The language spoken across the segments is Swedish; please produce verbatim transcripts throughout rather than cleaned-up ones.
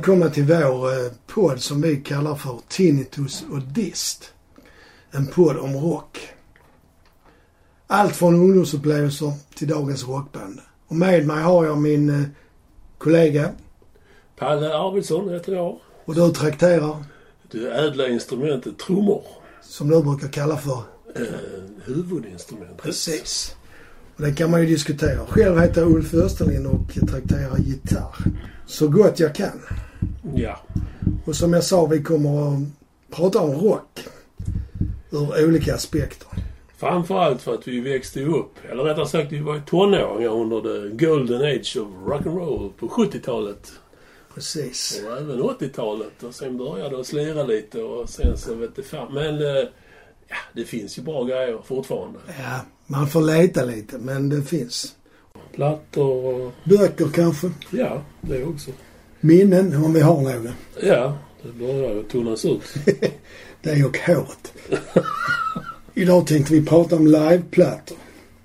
välkomna till vår eh, podd som vi kallar för Tinnitus och Dist. En podd om rock. Allt från ungdomsupplevelser till dagens rockband. Och med mig har jag min eh, kollega Palle Arvidsson heter jag. Och du trakterar Det ädla instrumentet trummor. Som du brukar kalla för eh, huvudinstrumentet. Precis. Och det kan man ju diskutera. Själv heter jag Ulf Österlind och trakterar gitarr. Så gott jag kan. Ja. Och som jag sa, vi kommer att prata om rock ur olika aspekter. Framförallt för att vi växte upp, eller rättare sagt vi var tonåringar under the golden age of rock and roll på sjuttiotalet. Precis. Och även åttiotalet. Och sen började det slira lite och sen så vet det fan. Men ja, det finns ju bra grejer fortfarande. Ja, man får leta lite, men det finns. Plattor och... Böcker kanske. Ja, det också. Minnen, om vi har några. Ja, det börjar ju tunnas ut. Det är ju hårt. Idag tänkte vi prata om liveplattor.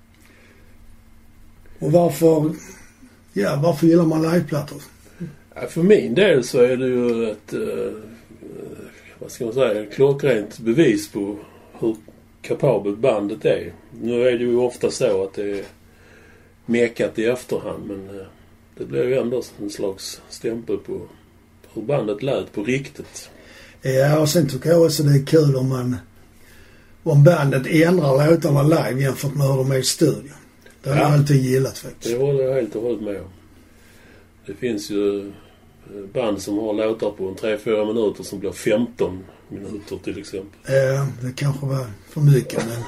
Och varför... Ja, varför gillar man liveplattor? Ja, för min del så är det ju ett... Eh, vad ska man säga? Klockrent bevis på hur kapabelt bandet är. Nu är det ju ofta så att det är mekat i efterhand, men eh, det blir ju ändå en slags stämpel på hur bandet lät på riktigt. Ja, och sen tycker jag också det är kul om man om bandet ändrar låtarna live jämfört med hur de är i studion. Det har ja. jag alltid gillat faktiskt. Det håller jag helt och hållet med om. Det finns ju band som har låtar på en tre fyra minuter som blir femton minuter till exempel. Ja, det kanske var för mycket, men...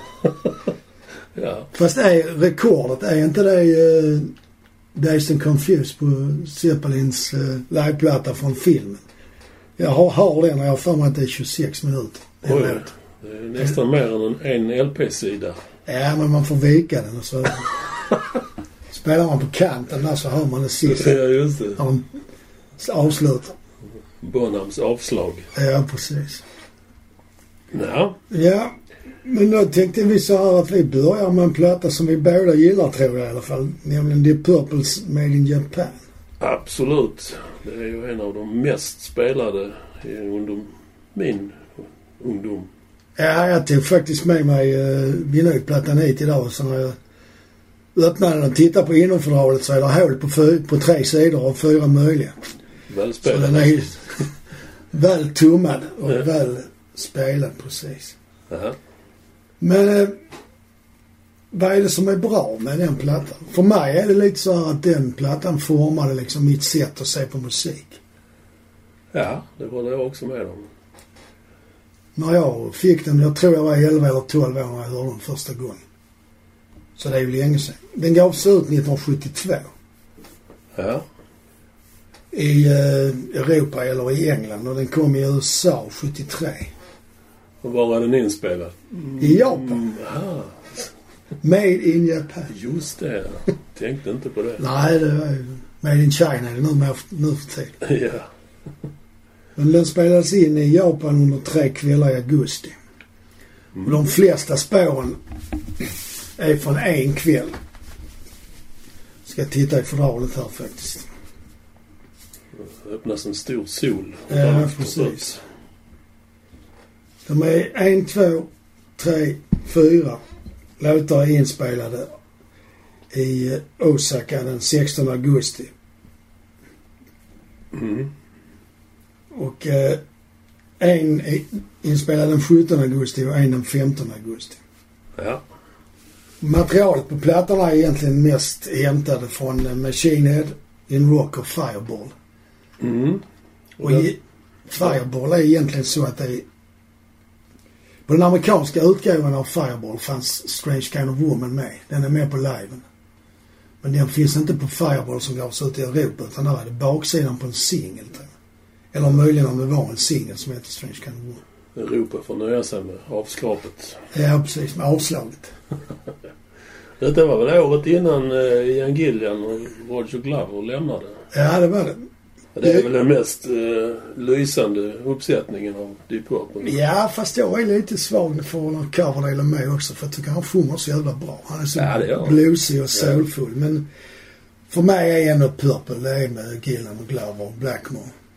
ja. Fast är rekordet, är inte det uh, Dazed and Confused på Zeppelins uh, liveplatta från filmen? Jag har, har den och jag har för mig att det är tjugosex minuter. Det är, Oj, det är nästan mer än en, en L P-sida. Ja, men man får vika den och så spelar man på kanten där så hör man det sista. Ja, just det. De avslutar. Bonhams avslag. Ja, precis. Ja. Ja, men då tänkte vi så här att vi börjar med en platta som vi båda gillar, tror jag i alla fall. Nämligen Deep Purples Made in Japan. Absolut. Det är ju en av de mest spelade under min ungdom. Ja, jag tog faktiskt med mig uh, vinylplattan hit idag. Så när jag öppnade den och tittade på innanfördraget så är det hål på, fy- på tre sidor av fyra möjliga. Väl spelad. Så den är väl tummad och ja. väl spelad, precis. Aha. Men uh, vad är det som är bra med den plattan? För mig är det lite så här att den plattan formade liksom mitt sätt att se på musik. Ja, det håller jag också med om. När jag fick den, jag tror jag var elva eller tolv år när jag hörde den första gången. Så det är ju länge sedan. Den gavs ut nittonhundrasjuttiotvå. Ja. I eh, Europa eller i England, och den kom i U S A sjuttiotre. Och var är den inspelad? Mm. I Japan. Mm. Made in Japan. Just det. Tänkte inte på det. Nej, det var ju Made in China nu, med, nu för tid. Ja. Men den spelades in i Japan under tre kvällar i augusti. Mm. Och de flesta spåren är från en kväll. Ska titta i fördraget här faktiskt. Det öppnas en stor sol. Ja, precis. De är en, två, tre, fyra låtar inspelade i Osaka den sextonde augusti. Mm. Och eh, en är inspelad den sjuttonde augusti och en den femtonde augusti. Ja. Materialet på plattorna är egentligen mest hämtade från Machine Head, In Rock och Fireball. Mm. Och i Fireball är egentligen så att det är... På den amerikanska utgåvan av Fireball fanns Strange Kind of Woman med. Den är med på liven. Men den finns inte på Fireball som gavs ut i Europa, utan där är det baksidan på en singel, tror jag. Eller möjligen om det var en singel som heter Strange Kind of Woman. Europa får nöja sig med avskrapet. Ja, precis. Med avslaget. Detta var väl året innan uh, Ian Gillan och Roger Glover lämnade. Ja, det var det. Det är väl den mest uh, lysande uppsättningen av Deep Purple. Ja, fast jag är lite svag för den coverdelen med också. För jag tycker han sjunger så jävla bra. Han är så ja, bluesig och soulfull. Ja. Men för mig är ändå Purple, det är med Gillan och Glover och Blackmore.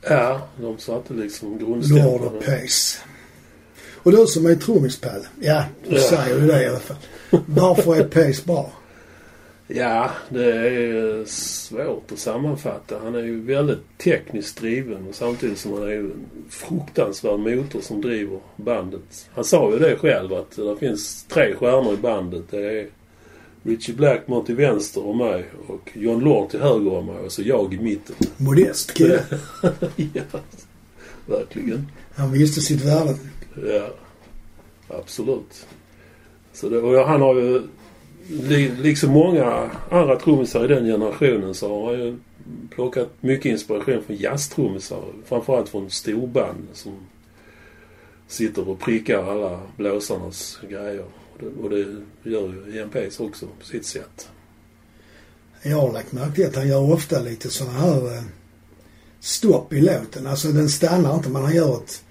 Ja, de satte liksom grundstämpeln. Lord och Pace. Och du som är trummispall. Ja, du ja. säger ju det i alla fall. Varför är Pace bra? Ja, det är svårt att sammanfatta. Han är ju väldigt tekniskt driven och samtidigt som han är ju en fruktansvärd motor som driver bandet. Han sa ju det själv att det finns tre stjärnor i bandet. Det är Ritchie Blackmore till vänster om mig och Jon Lord till höger om mig och så jag i mitten. Modest kille. Ja, verkligen. Han visste sitt värde. Ja, absolut. Så det, och han har ju liksom många andra trummisar i den generationen så har han ju plockat mycket inspiration från jazztrummisar. Framförallt från storband som sitter och prickar alla blåsarnas grejer. Och det, och det gör ju Ian Pace också på sitt sätt. Jag har lagt märke till att han gör ofta lite sådana här eh, stopp i låten. Alltså den stannar inte, men han gör ett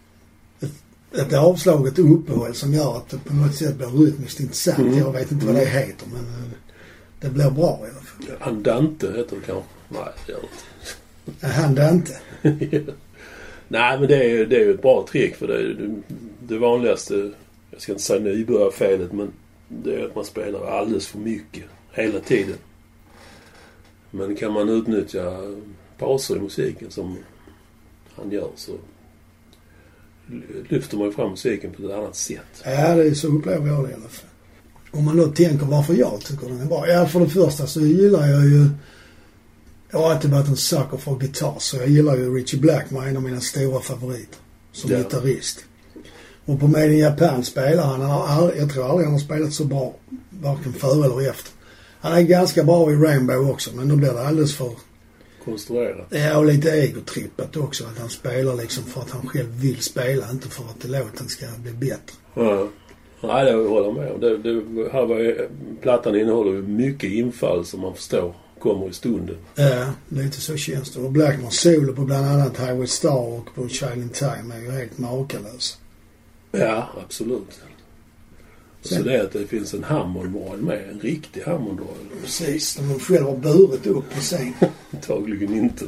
ett avslaget uppehåll som gör att det på något sätt blir rytmiskt intressant. Mm. Jag vet inte vad det heter, men det blir bra i alla fall. Andante heter det kanske. Nej, det gör det inte. Andante. Nej, men det är, det är ju ett bra trick för det, det, det vanligaste, jag ska inte säga nybörjarfelet, men det är att man spelar alldeles för mycket hela tiden. Men kan man utnyttja pauser i musiken som han gör så lyfter man ju fram musiken på ett annat sätt. Ja, det är så upplever jag det i alla fall. Om man då tänker varför jag tycker den är bra. Ja, för det första så gillar jag ju... Jag har alltid varit en sucker för gitarr, så jag gillar ju Ritchie Blackmore, en av mina stora favoriter som ja. gitarrist. Och på Made in Japan spelar han, han har aldrig, jag tror aldrig han har spelat så bra varken före eller efter. Han är ganska bra i Rainbow också, men då blir det alldeles för... konstruerat. Ja, och lite egotrippat också. Att han spelar liksom för att han själv vill spela, inte för att låten ska bli bättre. Ja, nej, det håller jag med om. Det, det, här var, plattan innehåller ju mycket infall som man förstår kommer i stunden. Ja, lite så känns det. Och Blackmore solo på bland annat Highway Star och på Child in Time är ju helt makalös. Ja, absolut. Sen, så det är att det finns en Hammond-roll med, en riktig Hammond-roll. Precis, de har själv har burit upp på scen. Antagligen inte.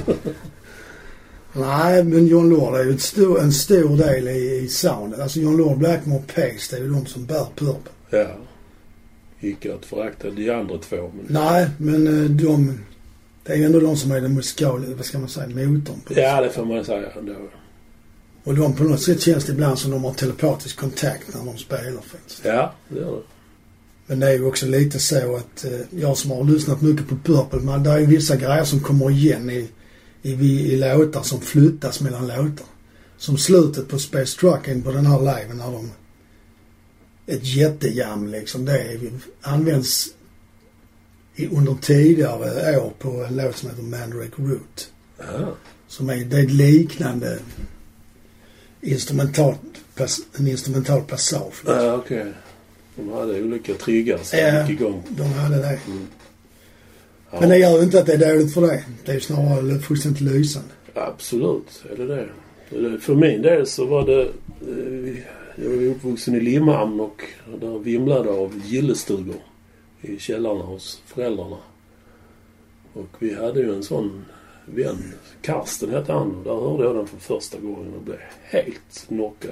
Nej, men Jon Lord är ju ett stor, en stor del i, i soundet. Alltså Jon Lord, Blackmore, Pace, det är ju de som bär Purple. Ja, icke att förakta de andra två. Men... Nej, men de, det är ju ändå de som är den musikal, vad ska man säga, motorn på. Ja, det får man säga ändå. Och de på något sätt känns det ibland som de har telepatisk kontakt när de spelar faktiskt. Ja, det gör det. Men det är ju också lite så att eh, jag som har lyssnat mycket på Purple, men det är ju vissa grejer som kommer igen i, i, i, i låtar som flyttas mellan låtar. Som slutet på Space Trucking på den här liven när de... Ett jättejam liksom. Det är, används i, under tidigare år på en låt som heter Mandrake Root. Ja. Som är, det är ett liknande... instrumental, en instrumental passage. Ja, okej. Okay. De hade olika triggar som ja, gick igång. de hade det. Mm. Ja. Men det gör ju inte att det är dåligt för det. Det är ju snarare fullständigt lysande. Absolut, är det det. För min del så var det... Jag var uppvuxen i Limhamn och där vimlade av gillestugor i källarna hos föräldrarna. Och vi hade ju en sån... vän, Karsten hette han, och där hörde jag den för första gången och blev helt knockad.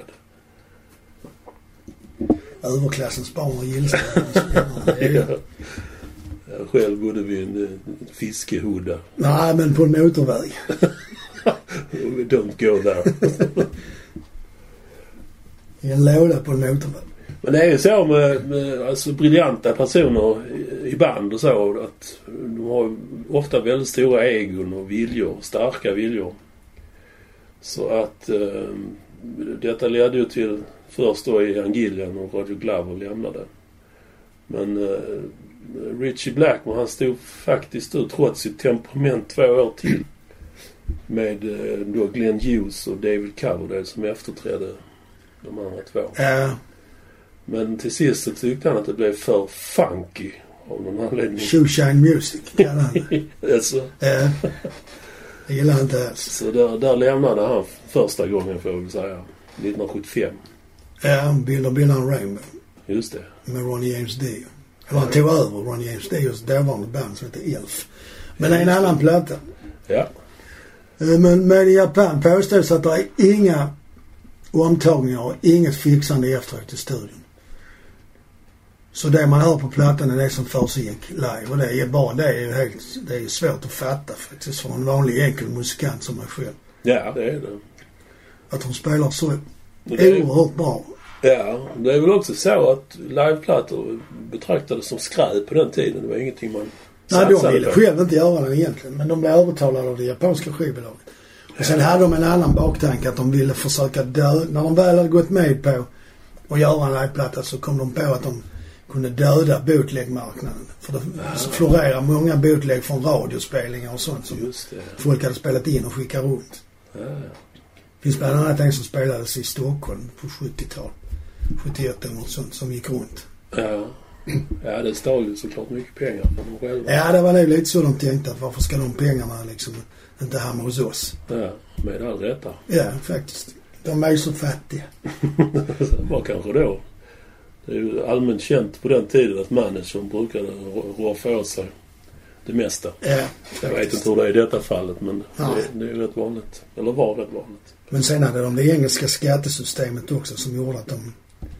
Överklassens barn och gillsar. Ja. Jag själv bodde vid en fiskehudda. Nej, men på en motorväg. Don't go there. I en låda på en motorväg. Men det är ju så med, med alltså, briljanta personer i, i band och så, att de har ofta väldigt stora egon och viljor, starka viljor. Så att eh, detta ledde ju till först då i Angillian och Roger Glover lämnade. Men eh, Ritchie Blackmore, han stod faktiskt ut trots sitt temperament två år till med eh, då Glenn Hughes och David Coverdale som efterträdde de andra två. Ja. Men till sist så tyckte han att det blev för funky av någon anledning. Shoeshine Music kallar han. Alltså. Ja. Det gillar han inte alls. Så där, där lämnade han första gången, får jag väl säga, nittonhundrasjuttiofem. Ja, bilder bilden Rainbow. Just det. Med Ronnie James Dio. Eller han tog över Ronnie James Dios dåvarande band som heter Elf. Men det är en annan platta. Ja. Men med i Japan påstås att det är inga omtagningar och inget fixande efteråt i studion. Så det man hör på plattan är det som förs in live. Och det är bara det är ju helt, det är svårt att fatta faktiskt för en vanlig enkel musikant som mig själv. Ja, det är det. Att de spelar så oerhört bra. Ja, det är väl också så att liveplattor betraktades som skräp på den tiden. Det var ingenting man satsade på. Nej, de ville själv inte göra den egentligen. Men de blev övertalade av det japanska skivbolaget. Och sen hade de en annan baktanke att de ville försöka dö. När de väl hade gått med på att göra en liveplatta så kom de på att de kunde döda bootlegmarknaden. För det ja. florerar många bootleg från radiospelningar och sånt som folk hade spelat in och skickat runt. Ja. Det finns bland annat en som spelades i Stockholm på sjuttiotalet. sjuttioett eller något sånt som gick runt. Ja, ja det stal ju såklart mycket pengar för dem själva. Ja, det var nog lite så de tänkte att varför ska de pengarna liksom inte hamna hos oss? Ja, med all rätta. Ja, faktiskt. De är ju så fattiga. Vad kanske då? Det är ju allmänt känt på den tiden att managern brukade roffa åt sig det mesta. Ja, jag vet inte hur det är i detta fallet, men det, det är ju rätt vanligt. Eller var rätt vanligt. Men sen hade de det engelska skattesystemet också som gjorde att de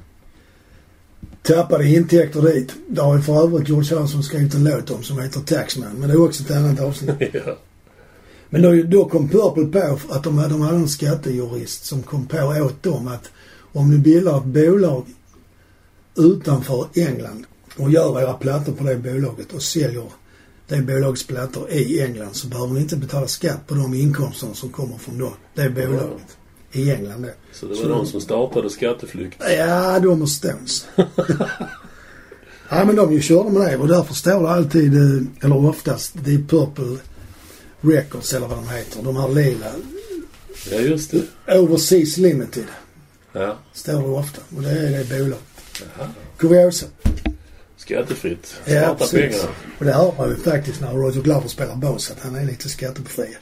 tappade intäkter dit. Det har ju för övrigt George Harrison skrivit en låt om som heter Taxman. Men det är också ett annat avsnitt. Ja. Men då, då kom Purple på att de hade, de hade en skattejurist som kom på åt dem att om ni bildar ett bolag utanför England och gör era plattor på det bolaget och säljer det bolagets plattor i England så behöver ni inte betala skatt på de inkomster som kommer från då, det bolaget ja. i England. Då. Så det var så de som startade skatteflykt? Ja, de och Stones. Ja, men de ju körde med det och därför står det alltid, eller oftast, det är Purple Records eller vad de heter. De här lila. Ja, just det. Overseas Limited. Ja. Står det ofta. Och det är det bolaget. Jaha. Kuriosa. Skattefritt. Ja, Smarta pengar. Och det hör man ju faktiskt när Roger Glover spelar bas att han är lite skattebefriad.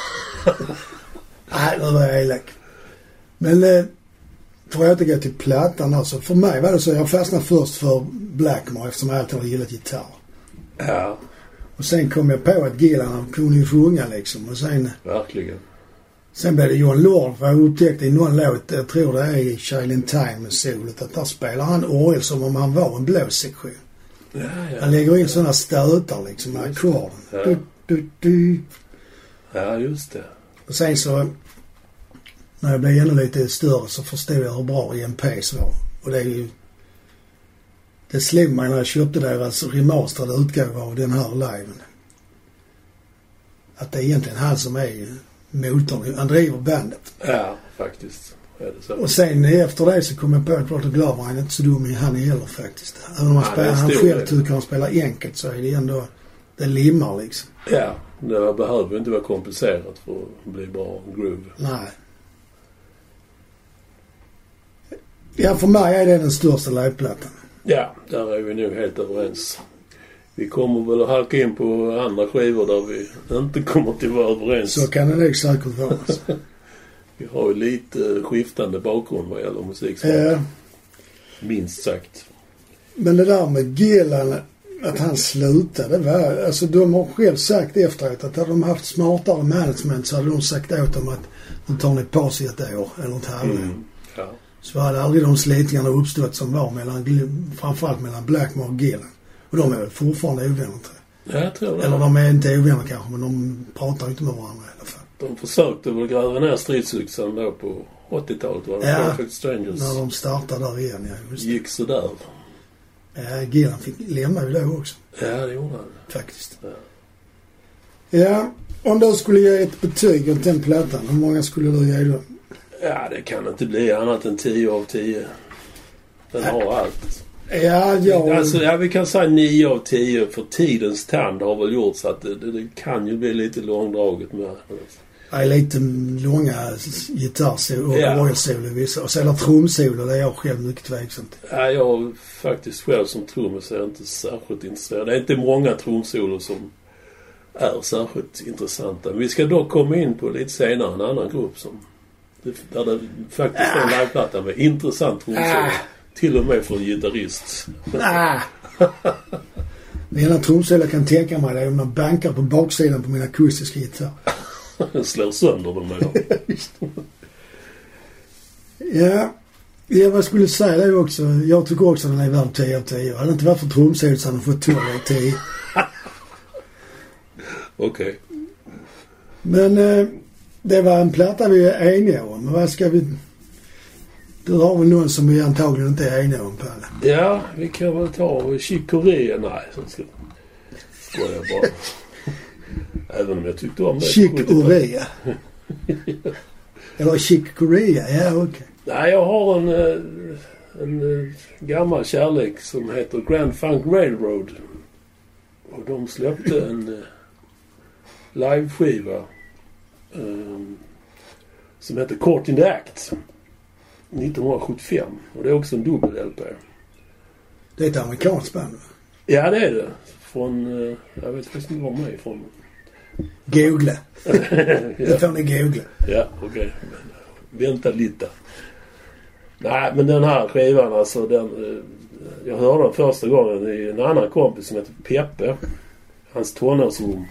Nej, nu var jag elak. Men eh, för att återgå till plattan alltså. För mig var det så jag fastnade först för Blackmore eftersom jag alltid har gillat gitarr. Ja. Och sen kom jag på att Gillan kunde ju sjunga liksom. Och sen... Verkligen. Sen blev det John Lord för jag upptäckte i någon låt, jag tror det är i Child in Time med solet, att där spelar han orgel som om han var en blåsektion. Ja, ja. Han lägger in sådana stötar liksom med ackorden. Ja. Du, du, du. Ja, just det. Och sen så, när jag blev ännu lite större så förstod jag hur bra E M P's var. Och det är ju, det slog mig när jag köpte deras remasterade utgåva av den här liven. Att det är egentligen han som är motorn. Han driver bandet. Ja, faktiskt. Är det så. Och sen efter det så kom jag på att Roger Glover han är inte så dum i han heller faktiskt. Även om han, ja, spelar, han själv det. tycker han spelar enkelt så är det ändå, det limmar liksom. Ja, det behöver inte vara komplicerat för att bli bra groove. Nej. Ja, för mig är det den största liveplattan. Ja, där är vi nog helt överens. Vi kommer väl att halka in på andra skivor där vi inte kommer till att vara överens. Så kan det nog säkert vara. Vi har ju lite skiftande bakgrund vad gäller musiksmak. Ja. Minst sagt. Men det där med Gillan, att han slutade, det var, alltså de har själv sagt efteråt att hade de haft smartare management så hade de sagt åt dem att nu tar ni paus i ett år eller ett halvår. Mm. Ja. Så hade aldrig de slitningarna uppstått som var mellan, framförallt mellan Blackmore och Gillan. Och de är väl fortfarande ovänner, tror jag. Ja, jag tror det. Eller de är inte ovänner kanske, men de pratar inte med varandra i alla fall. De försökte väl gräva ner stridsyxan då på åttiotalet, var det? Ja, Perfect Strangers. när de startade där igen, ja. Just gick så där. Ja, Gillan fick lämna ju då också. Ja, det gjorde han. Faktiskt. Ja. Ja, om du skulle ge ett betyg åt den plattan, hur många skulle du ge då? Ja, det kan inte bli annat än tio av tio. Den ja. har allt. Ja, ja. Alltså, ja, vi kan säga nio av tio för tidens tand har väl gjort så att det, det, det kan ju bli lite långdraget med. Ja, lite långa gitarrsolo och ja. orgelsolo vissa. Och sen trumsolo, det är jag själv mycket tveksam till. Ja, jag faktiskt själv som trummis är inte särskilt intresserad. Det är inte många trumsolo som är särskilt intressanta. Men vi ska dock komma in på lite senare en annan grupp som där det faktiskt är en liveplatta med intressant trumsolo. Ah. Till och med för en gitarrist. Ah. Det ena trumsolo jag kan tänka mig det är om man bankar på baksidan på min akustiska gitarr. Slår sönder dem med dem. Ja, ja, vad jag skulle säga det också. Jag tycker också att den är värd tio av tio. Hade det inte varit för trumselet så hade den fått tolv av tio. Okej. Okay. Men eh, det var en platta vi är eniga om. Men vad ska vi... Du har väl någon som vi antagligen inte är eniga om, Palle? Ja, vi kan väl ta Chick Corea. Nej, så ska jag bara. Även om jag tyckte om det. Chick Corea. Eller Chick Corea, ja okej. Okay. Nej, jag har en, en gammal kärlek som heter Grand Funk Railroad. Och de släppte en liveskiva um, som heter Caught in the Act nittonhundrasjuttiofem. Och det är också en dubbel-L P. Det är ett amerikanskt band, va? Ja, det är det. Från, jag vet faktiskt inte var med ifrån. Googla. Ja. Det får ni googla. Ja, okej. Okay. Vänta lite. Nej, men den här skivan alltså, den, jag hörde den första gången i en annan kompis som heter Peppe. Hans tonårsrum.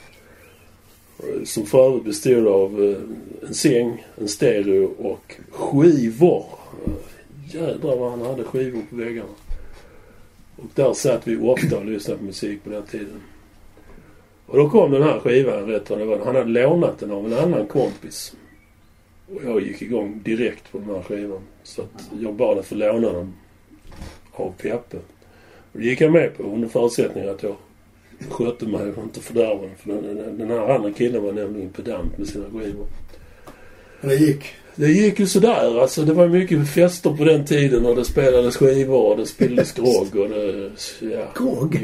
Som förut bestod av en säng, en stereo och skivor. Jädrar vad han hade skivor på väggarna. Och där satt vi ofta och lyssnade på musik på den tiden. Och då kom den här skivan, rätt vad det var. Han hade lånat den av en annan kompis. Och jag gick igång direkt på den här skivan. Så att jag bad att få låna den av Peppe. Och det gick jag med på under förutsättning att jag skötte mig och inte fördärva den. För den, den här andra killen var nämligen pedant med sina skivor. Och det gick? Det gick ju sådär. Alltså det var mycket fester på den tiden och det spelades skivor och det spelades grogg och det... Ja, grogg?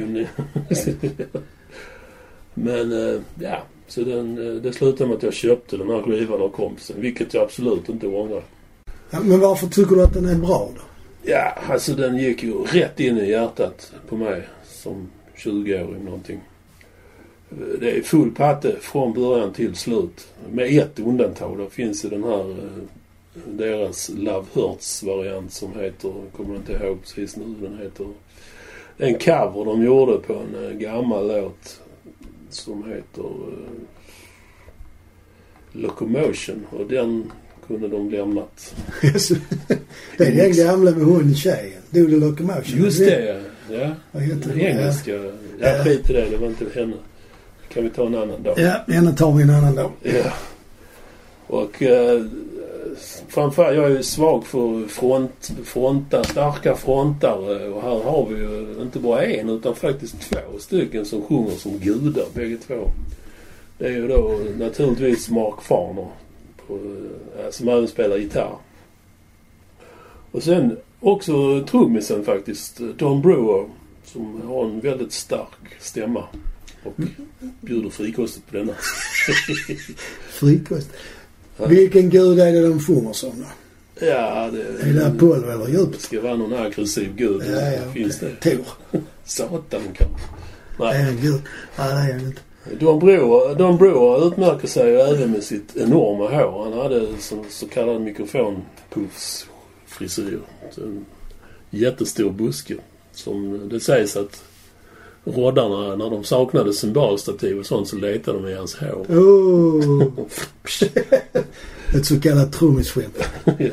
Men ja, så den, det slutade med att jag köpte den här skivan av kompisen, vilket jag absolut inte ångrar. Ja, men varför tycker du att den är bra då? Ja, alltså den gick ju rätt in i hjärtat på mig som tjugo-åring någonting. Det är full patte från början till slut. Med ett undantag. Då finns ju den här deras Love Hurts-variant som heter, kommer jag inte ihåg precis nu, den heter en cover de gjorde på en gammal låt som heter uh, Locomotion, och den kunde de lämnat. Det är den gamla med hon tjejen. Do the Locomotion. Just det, ja. Vad heter det? Engelska. Ja, ja. Skit i det, det var inte henne. Kan vi ta en annan dag? Ja, henne tar vi en annan dag. Ja. Och uh, framförallt, jag är ju svag för front, frontar, starka frontare, och här har vi ju inte bara en utan faktiskt två stycken som sjunger som gudar, bägge två. Det är ju då naturligtvis Mark Farner på, som även spelar gitarr. Och sen också trummisen faktiskt, Don Brewer, som har en väldigt stark stämma och bjuder frikostigt på denna. Frikost? Ja. Vilken gud är det de sjunger som då? Ja, det är det Apollo eller djup? Det ska vara någon aggressiv gud. Ja, ja, finns okay. det? Tor. Satan kanske. Nej. Är en gud? Ja, det är han inte. Don Brewer, Don Brewer utmärker sig ju även med sitt enorma hår. Han hade så, så kallad mikrofonpuffsfrisyr. En jättestor buske. Som det sägs att rådarna, när de saknade symbolstativ och sånt, så letade de i hans hår. Oh. Ett så kallat trummisskämt. Ja.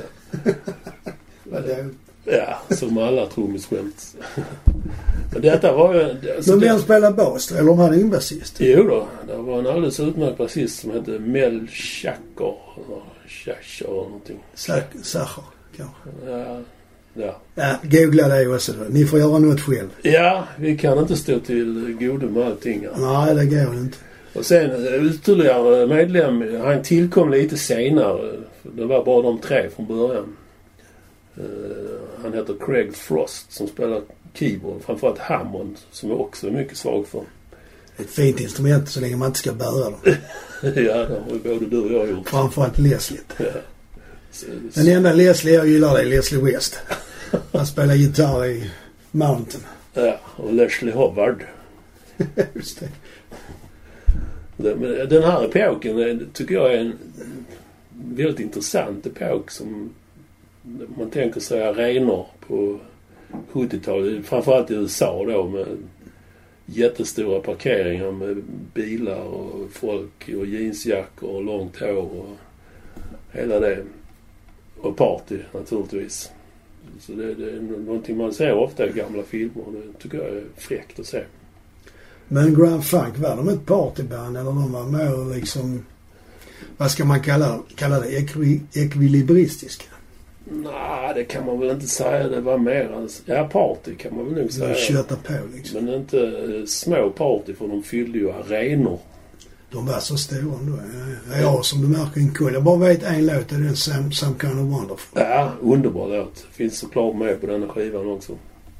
Ja, som alla trummisskämt. Men detta var ju... Alltså, men vem det... spelar bas? Eller de hade ingen basist? Jo då, det var en alldeles utmärkt basist som hette Mel Schacker. Schacher eller någonting. Sacher, kanske. Ja. Ja. Ja, googla det också då. Ni får göra något själv. Ja, vi kan inte stå till godo med allting. Ja. Nej, det går inte. Och sen ytterligare medlem, han tillkom lite senare. Det var bara de tre från början. Uh, han heter Craig Frost som spelar keyboard. Framförallt Hammond, som jag också är mycket svag för. Ett fint instrument så länge man inte ska bära dem. Ja, det har ju både du och jag gjort. Framförallt Leslie. Ja. Den enda Leslie jag gillar är Leslie West. Han spelar gitarr i Mountain. Ja, och Leslie Howard. Just det. Den här epoken tycker jag är en väldigt intressant epok som man tänker sig arenor på sjuttiotalet. Framförallt i U S A då med jättestora parkeringar med bilar och folk och jeansjackor och långt hår och hela det. Och party naturligtvis. Så det, det är någonting man ser ofta i gamla filmer och det tycker jag är fräckt att se. Men Grand Funk, var de ett partyband eller de var med och liksom, vad ska man kalla, kalla det, ekvi, ekvilibristiska? Nej, det kan man väl inte säga. Det var mer, alltså, ja, party kan man väl nog säga. Köta på liksom. Men inte eh, små party, för de fyllde ju arenor. De var så stora ändå. Jag, jag som du märker en kull. Jag bara vet en låt, det är den Some, Some Kind of Wonderful. Ja, underbar låt. Finns såklart med på den här skivan också.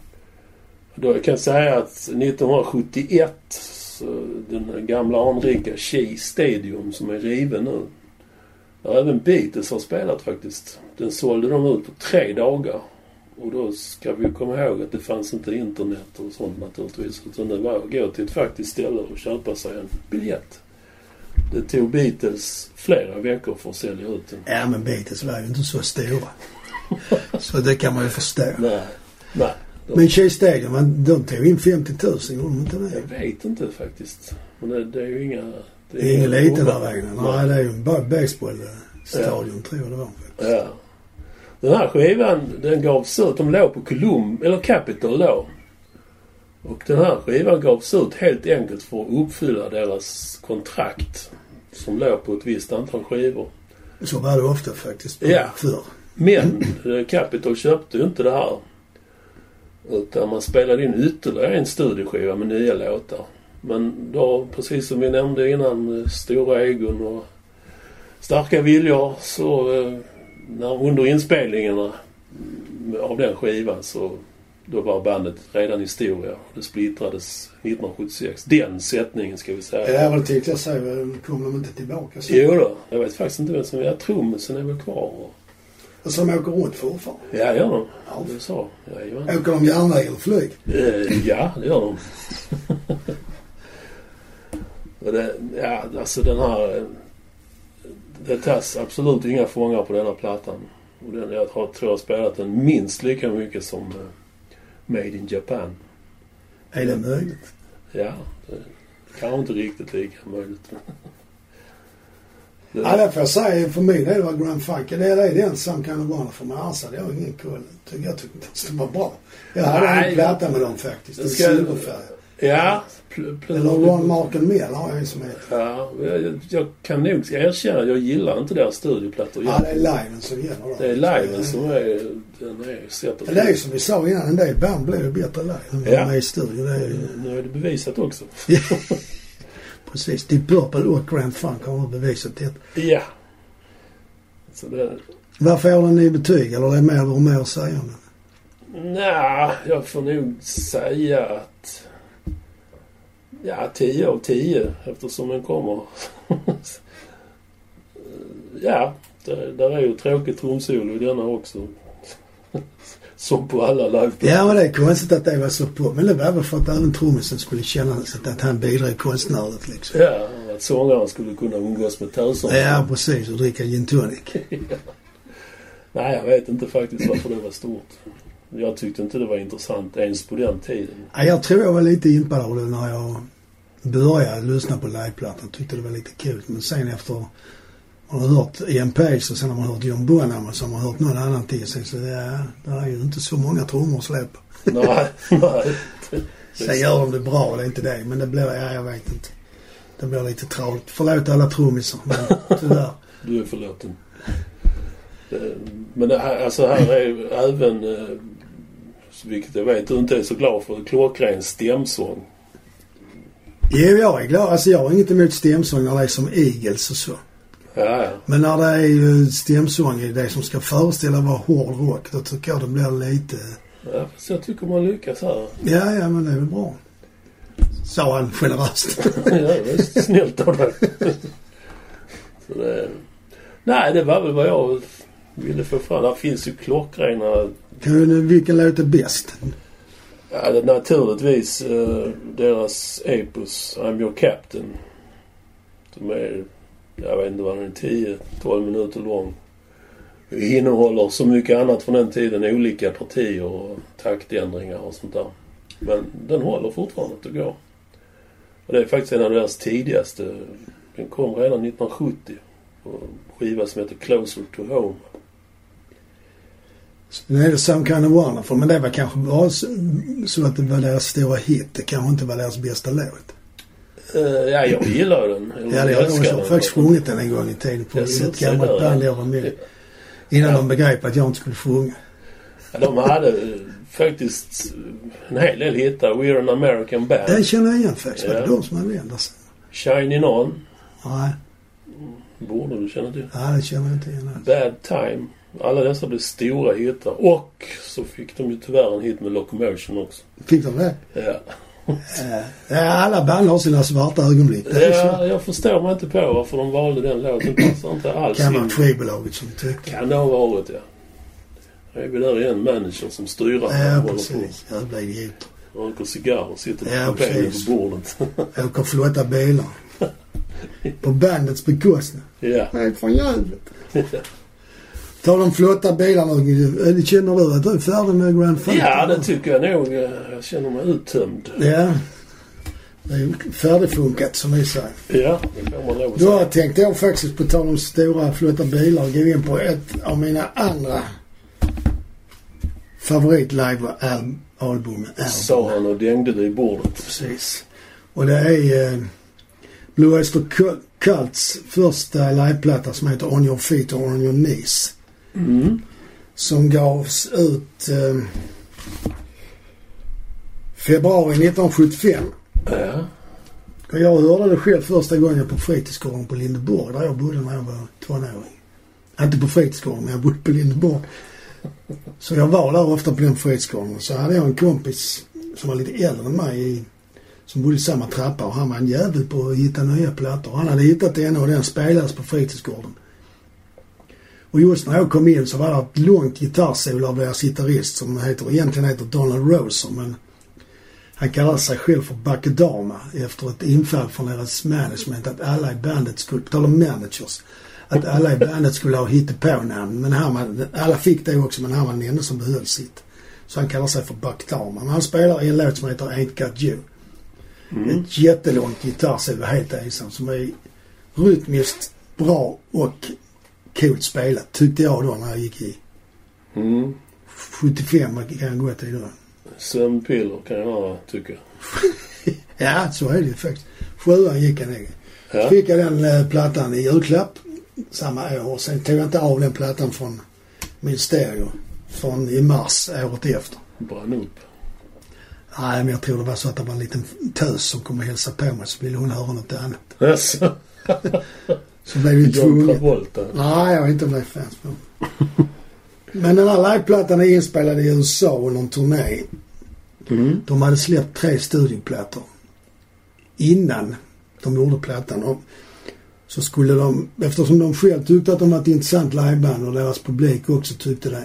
Då jag kan säga att nittonhundrasjuttioett så den gamla anrika Shea Stadium som är riven nu. Där även Beatles har spelat faktiskt. Den sålde de ut på tre dagar. Och då ska vi komma ihåg att det fanns inte internet och sånt naturligtvis. Utan det var att gå till ett faktiskt ställe och köpa sig en biljett. Det tog Beatles flera veckor för att sälja ut den. Ja, men Beatles var ju inte så stora. Så det kan man ju förstå. Nej, nej. De... Men Shea Stadium, man, de tog in femtio tusen, gjorde de inte det? Jag vet inte faktiskt. Men det, det är ju inga... Det är, det är ingen liten arena. Nej, det är ju bara baseballstadion, ja. Tror jag det var faktiskt. Ja. Den här skivan, den gavs ut, de låg på Colum, eller Capitol då. Och den här skivan gavs ut helt enkelt för att uppfylla deras kontrakt som låg på ett visst antal skivor. Så var det ofta faktiskt ja. Förr. Men Capitol köpte ju inte det här. Utan man spelade in ytterligare en studieskiva med nya låtar. Men då, precis som vi nämnde innan, stora egon och starka viljor, så när under inspelningarna av den skivan så då var bandet redan historia. Det splittrades nittonhundrasjuttiosex. Den sättningen ska vi säga. Ja, vad tyckte jag säga. Kommer de inte tillbaka? Så. Jo då. Jag vet faktiskt inte vem som är. Trummisen är väl kvar. Och som åker runt fortfarande? Ja, gör de. Ja, det är så. Ja, åker de järnväg eller flyg? Eh, ja, det gör de. Och det, ja, alltså den här... Det tas absolut inga fångar på denna plattan. Och den, jag tror jag har spelat den minst lika mycket som uh, Made in Japan. Är det möjligt? Ja, det kan inte riktigt lika möjligt. Det... Ja, det får jag säga. För mig det var Grand Funk. Det är den som kan vara för mig. Alltså, det var ingen cool. Jag tyckte det var bra. Jag hade Nej, en platta med dem faktiskt. En ska... silverfärg. Ja. Pl- pl- Eller Ron Marken Mel har jag en som heter. Ja, jag, jag kan nog erkänna jag gillar inte deras studioplattor. Ja, det är liven som gäller då. Det är liven som är... Den är sättet. Det är ju som vi sa innan. En del band blir ju bättre live än ja. Med i studion. Det är ju... Nu är det bevisat också. Precis. Deep Purple och Grand Funk har bevisat det. Ja. Så det... Vad får den i betyg? Eller är det mer och mer att säga om den? Nej, jag får nog säga att... Ja, tio av tio eftersom den kommer. Ja, där, där är ju tråkigt trumsolo i denna också. Som på alla live. Ja, men det är konstigt att det var så på. Men det var väl för att även trummisen skulle känna att han bidrar konstnärligt liksom. Ja, att sångaren skulle kunna umgås med tösen. Ja, precis. Och dricka gin tonic. Ja. Nej, jag vet inte faktiskt varför det var stort. Jag tyckte inte det var intressant ens på den tiden. Ja, jag tror jag var lite impad av det när jag började lyssna på liveplattan. Tyckte det var lite kul. Men sen efter man har hört Ian Pace och sen har man hört John Bonham och så har man hört någon annan tid. Sen så det, det är ju inte så många trummor släpp. Nej, nej. Sen gör de det bra, det är inte det. Men det blir, ja jag vet inte. Det blir lite tråkigt. Förlåt alla trummisar, men tyvärr. Du är förlåten. Men det här, alltså här är ju även, vilket jag vet du inte är så glad för, klockren stämsång. Jo, jag är glad. Alltså jag har inget emot stämsång när det är som Eagles och så. Ja, ja. Men när det är ju stämsång i det som ska föreställa vara hård rock, då tycker jag det blir lite... Ja, så jag tycker man lyckas här. Ja, ja, men det är väl bra. Sa han generöst. Ja, det är snällt av dig. Så det... Nej, det var väl vad jag ville få fram. Där finns ju klockrena... Kan, vilken låt är bäst? Ja, det är naturligtvis uh, deras epos I'm Your Captain. Som är, jag vet inte vad den är, tio tolv minuter lång. Det innehåller så mycket annat från den tiden. Olika partier och taktändringar och sånt där. Men den håller fortfarande att gå. Och det är faktiskt en av deras tidigaste. Den kom redan nittonhundrasjuttio. Och skiva som heter Closer to Home. Nu är det Some Kind of Wonderful, men det var kanske bara så, så att det var deras stora hit. Det kanske inte var deras bästa låt. Uh, ja, jag gillar den. Eller ja, det har jag också faktiskt sjungit den en gång i tiden på ett gammalt band jag var med. Innan ja. de begrep att jag inte skulle sjunga. Ja, de hade faktiskt en hel del hittar. We're an American Band. Den känner jag igen faktiskt. Ja. Det är de som använder sig. Shining On. Nej. Borde du känna till? Ja, det känner jag inte igen. Bad Time. Alla dessa blev stora hittar. Och så fick de ju tyvärr en hit med Locomotion också. Fick de det? Ja. Ja, alla band har sina svarta ögonblick. Det ja, så. Jag förstår mig inte på varför de valde den låten. Det passar inte alls. Kan vara skivbolaget som tyckte. Kan det ha varit, ja. Det är vi där igen, manager som styr. Ja, precis. Ja, det blir idioter. Röker cigarr och sitter ja, på precis. På bordet. Åker flotta bilar. På bandets bekostnad. Ja. Det är fan jävligt. Ta de flotta bilarna. Känner du att du är färdig med Grand Theft? Ja, det tycker jag nog. Jag känner mig uttömd. Ja. Det är färdigfunkat som vi säger. Ja, det kan man lov att säga. Då har jag tänkt jag faktiskt på tal om stora flotta bilar och gå in på ett av mina andra favorit-live-album. Sa han och dängde det i bordet. Precis. Och det är eh, Blue Oyster Cults första liveplatta som heter On Your Feet or On Your Knees. Mm. Som gavs ut eh, februari nittonhundrasjuttiofem. Ja. Och jag hörde det själv första gången på fritidsgården på Lindeborg där jag bodde när jag var tonåring. Inte på fritidsgården, men jag bodde på Lindeborg. Så jag var där ofta på den fritidsgården. Så hade jag en kompis som var lite äldre än mig som bodde i samma trappa och han var en jävel på att hitta nya plattor. Han hade hittat en och den spelades på fritidsgården. Och just när jag kom in så var det ett långt gitarrsolo av deras gitarrist som heter, egentligen heter Donald Roser, men han kallar sig själv för Buckadama efter ett infall från deras management att alla i bandet skulle, på tal om managers, att alla i bandet skulle ha hittepånamn. Men han var, alla fick det också, men han var den enda som behöll sitt. Så han kallar sig för Buckadama. Men han spelar i en låt som heter Ain't Got You. Mm. Ett jättelångt gitarrsolo helt ensam som är rytmiskt bra och coolt spelat, tyckte jag då när jag gick i mm. sjuttiofem kan jag gå till då. Sömnpiller kan jag vara, tycker jag. Ja, så är det faktiskt. Sjuan gick jag ner. Ja. Fick jag den äh, plattan i julklapp samma år. Sen tog jag inte av den plattan från min stereo från i mars året efter. Brann upp. Nej, men jag tror det var så att det var en liten tös som kom och hälsa på mig så ville hon höra något annat. Yes. Så blev vi tvungna. Nej, jag har inte blivit fans på. Men den här liveplattan är inspelad i U S A och någon turné. Mm. De hade släppt tre studioplattor innan de gjorde plattan. Och så skulle de, eftersom de själv tyckte att de var ett intressant liveband och deras publik också tyckte det,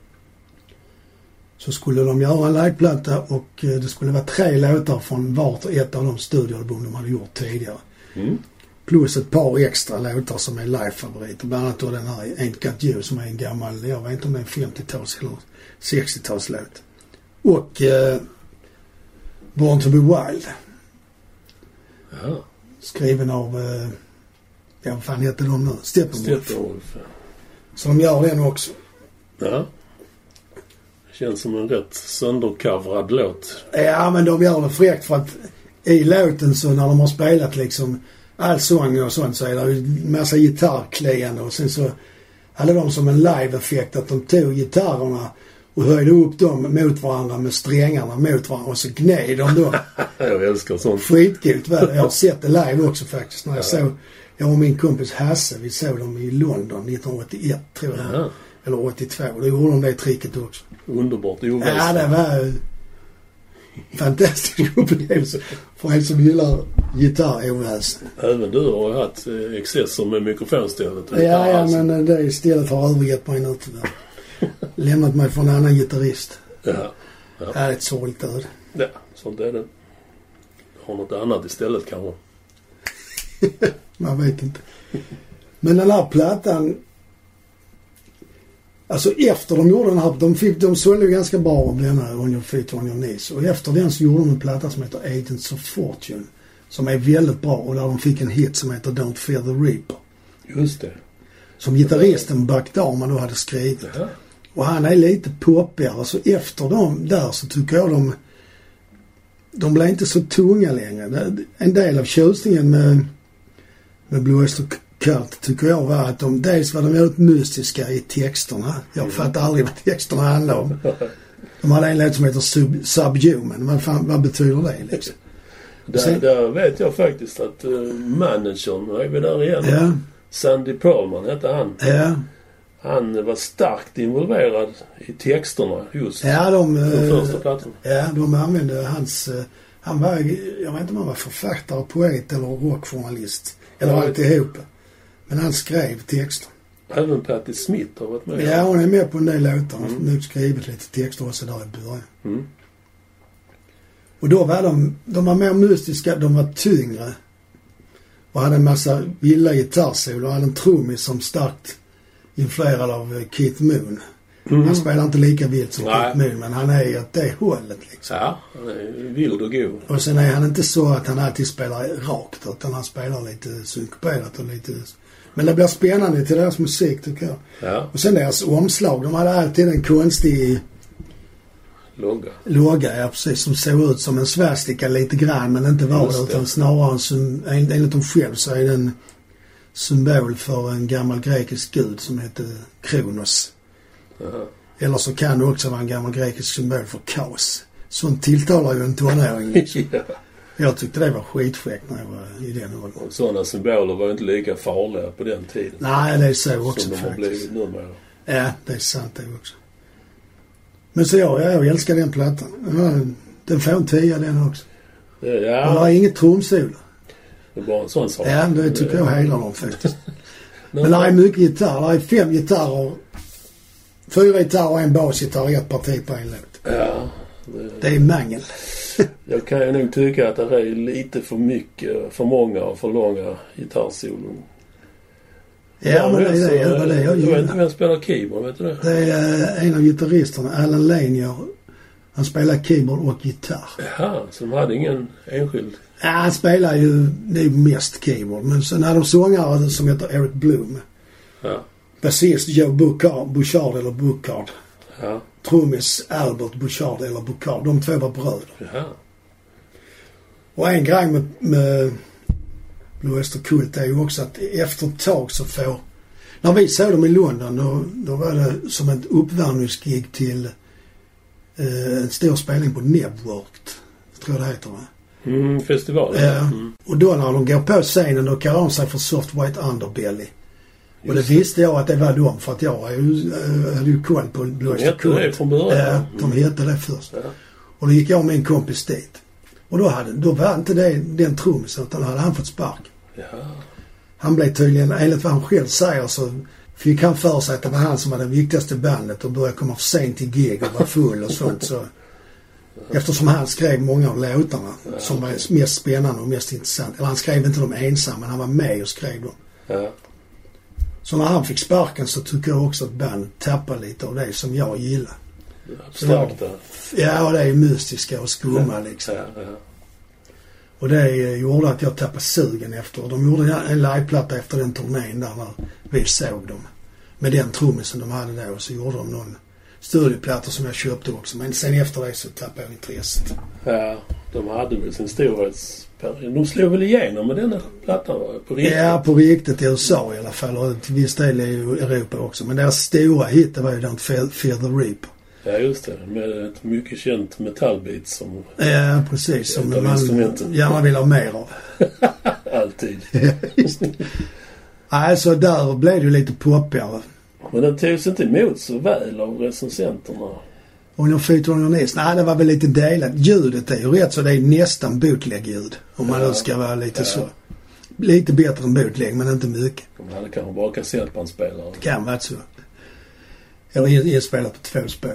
så skulle de göra en liveplatta och det skulle vara tre låtar från vart och ett av de studioalbum de hade gjort tidigare. Mm. Plus ett par extra låtar som är live-favoriter. Bland annat då den här Ain't Got You som är en gammal, jag vet inte om det är en femtio-tals eller sextio-talslåt. Och eh, Born to be Wild. Ja. Skriven av, eh, ja vad fan heter de nu? Steppenwolf. Steppenwolf, ja. Så de gör den också. Ja. Känns som en rätt söndercoverad låt. Ja, men de gör det fräckt för att i låten så när de har spelat liksom all sång och sånt så är det ju massa gitarrkliande och sen så hade de som en live-effekt att de tog gitarrerna och höjde upp dem mot varandra med strängarna mot varandra och så gned de då. Jag älskar sånt. Skitkult väl. Jag har sett det live också faktiskt. När jag ja. såg, jag och min kompis Hasse, vi såg dem i London nittonhundraåttioett tror jag. Ja. Eller åttiotvå. Och då gjorde de det tricket också. Underbart. Ja, det var fantastisk upplevelse för en som gillar gitarr-oväsen. Även du har ju haft excesser med mikrofonstället. Ja, ja, men det istället har övergett mig nu tyvärr. Lämnat mig för en annan gitarrist. Ja. Ja. Det är ett sorgligt öde. Ja, sånt är det. Har något annat istället kanske. Man vet inte. Men den här plattan, alltså efter de gjorde den här, de, fick, de sålde ju ganska bra av den här On Your Feet, On Your Knees. Och efter den så gjorde de en platta som heter Agents of Fortune. som är väldigt bra och där de fick en hit som heter Don't Fear the Reaper. Just det. Som gitarristen Buck Dharma då hade skrivit. Jaha. Och han är lite poppigare, så efter dem där så tycker jag de de blir inte så tunga längre. En del av tjusningen med med Blue Oyster Cult tycker jag var att de dels var de väldigt mystiska i texterna. Jag mm. fattar aldrig vad texterna handlar om. De hade en låt som heter Sub, Subhuman. Vad, fan, vad betyder det liksom? Där, sen, där vet jag faktiskt att uh, managern, är vi där igen? Ja. Sandy Pearlman hette han. Ja. Han var starkt involverad i texterna just. Ja, de, på första plattan. Ja, de använde hans... Han var, jag vet inte om han var författare, poet eller rockjournalist. Eller ja, alltihop. Men han skrev texter. Även Patti Smith har varit med. Ja, hon är med på en del låtar. Han mm. har nog skrivit lite texter också där i början. Mm. Och då var de, de var mer mystiska, de var tyngre. Och hade en massa vilda gitarrsolo och hade en trummis som starkt influerad av Keith Moon. Mm. Han spelar inte lika vilt som Keith Moon, men han är ju åt det hållet liksom. Ja, han är vild och god. Och sen är han inte så att han alltid spelar rakt, utan han spelar lite synkoperat och lite... Men det blir spännande till deras musik tycker jag. Ja. Och sen deras omslag, de hade alltid en konstig... Logga. Logga, ja precis. Som såg ut som en svastika lite grann, men inte var det, utan snarare en, en, enligt dem själv så är det en symbol för en gammal grekisk gud som heter Kronos. Aha. Eller så kan det också vara en gammal grekisk symbol för kaos. Sånt tilltalar ju en tonåring liksom. Ja. Jag tyckte det var skitfräckt när jag var i den åldern. Sådana symboler var ju inte lika farliga på den tiden. Nej, det är så också som de faktiskt. Har blivit numera. Ja, det är sant det också. Men så jag, jag älskar den plattan. Den får en tia den också. Ja. Och det är inget trumsolo. Det är bara en sån sak. Ja, det tycker jag hela dem faktiskt. Men det är mycket gitarr. Det är fem gitarrer. Fyra gitarrer och en basgitarr i ett parti på en låt. Ja. Det, det är mangel. Jag kan ju nog tycka att det är lite för mycket, för många och för långa gitarrsolon. Ja, ja, men det är det. Det är det jag gillar. Jag vet inte vem spelar keyboard, vet du det? Det är en av gitarristerna, Alan Lanier. Han spelar keyboard och gitarr. Jaha, så de hade ingen enskild... Ja, han spelar ju, det är mest keyboard. Men sen hade de sångare som heter Eric Bloom. Ja. Basist Joe Bouchard, Bouchard eller Bouchard. Ja. Trummis Albert Bouchard eller Bouchard. De två var bröder. Ja. Och en grej med, med Blue Oyster Cult är ju också att efter ett tag så får... När vi såg dem i London då, då var det som ett uppvärmningsgig till eh, en stor spelning på Nebworked. Tror jag det heter, va? Mm, festivalen. Ja. Mm. Och då när de går på scenen då kallar de sig för Soft White Underbelly. Just och det visste jag att det var de, för att jag ju, äh, hade ju koll på Blue Oyster Cult. De hette det från början. Ja, mm. de hette det först. Ja. Och då gick jag med en kompis dit. Och då, hade, då var inte det den trummisen, utan då hade han fått spark. Ja. Han blev tydligen, enligt vad han själv säger, så fick han för sig att det var han som var det viktigaste bandet och började komma för sent till gig och var full och sånt. Så, eftersom han skrev många av låtarna ja. som var mest spännande och mest intressant. Eller han skrev inte dem ensam, men han var med och skrev dem. Ja. Så när han fick sparken så tycker jag också att bandet tappar lite av det som jag gillar. Abstrakta. Ja, och det är mystiska och skumma liksom. Ja, ja. Och det gjorde att jag tappade sugen efter. De gjorde en liveplatta efter den turnén där när vi såg dem. Med den trummisen de hade då, så gjorde de någon studieplatta som jag köpte också. Men sen efter det så tappade jag intresset. Ja, de hade väl sin storhetsperiod. De slog väl igenom med den plattan på riktigt? Ja, på riktigt i U S A i alla fall. Och till viss del i Europa också. Men deras stora hit var ju Don't Fear, Fear the Reaper. Ja, just det. Med ett mycket känt metallbit som... Ja, precis. Som man gärna vill ha mer av. Alltid. Nej, så där blev det ju lite poppigare. Men den togs inte emot så väl av recensenterna. Och när Feet on Your Knees, nej, det var väl lite delat. Ljudet är ju rätt, så det är nästan bootleg-ljud. Om man ja. nu ska vara lite ja. så. Lite bättre än bootleg, men inte mycket. De hade kanske bara kassettbandspelare. Kan vara så. Eller inspelat på två spår.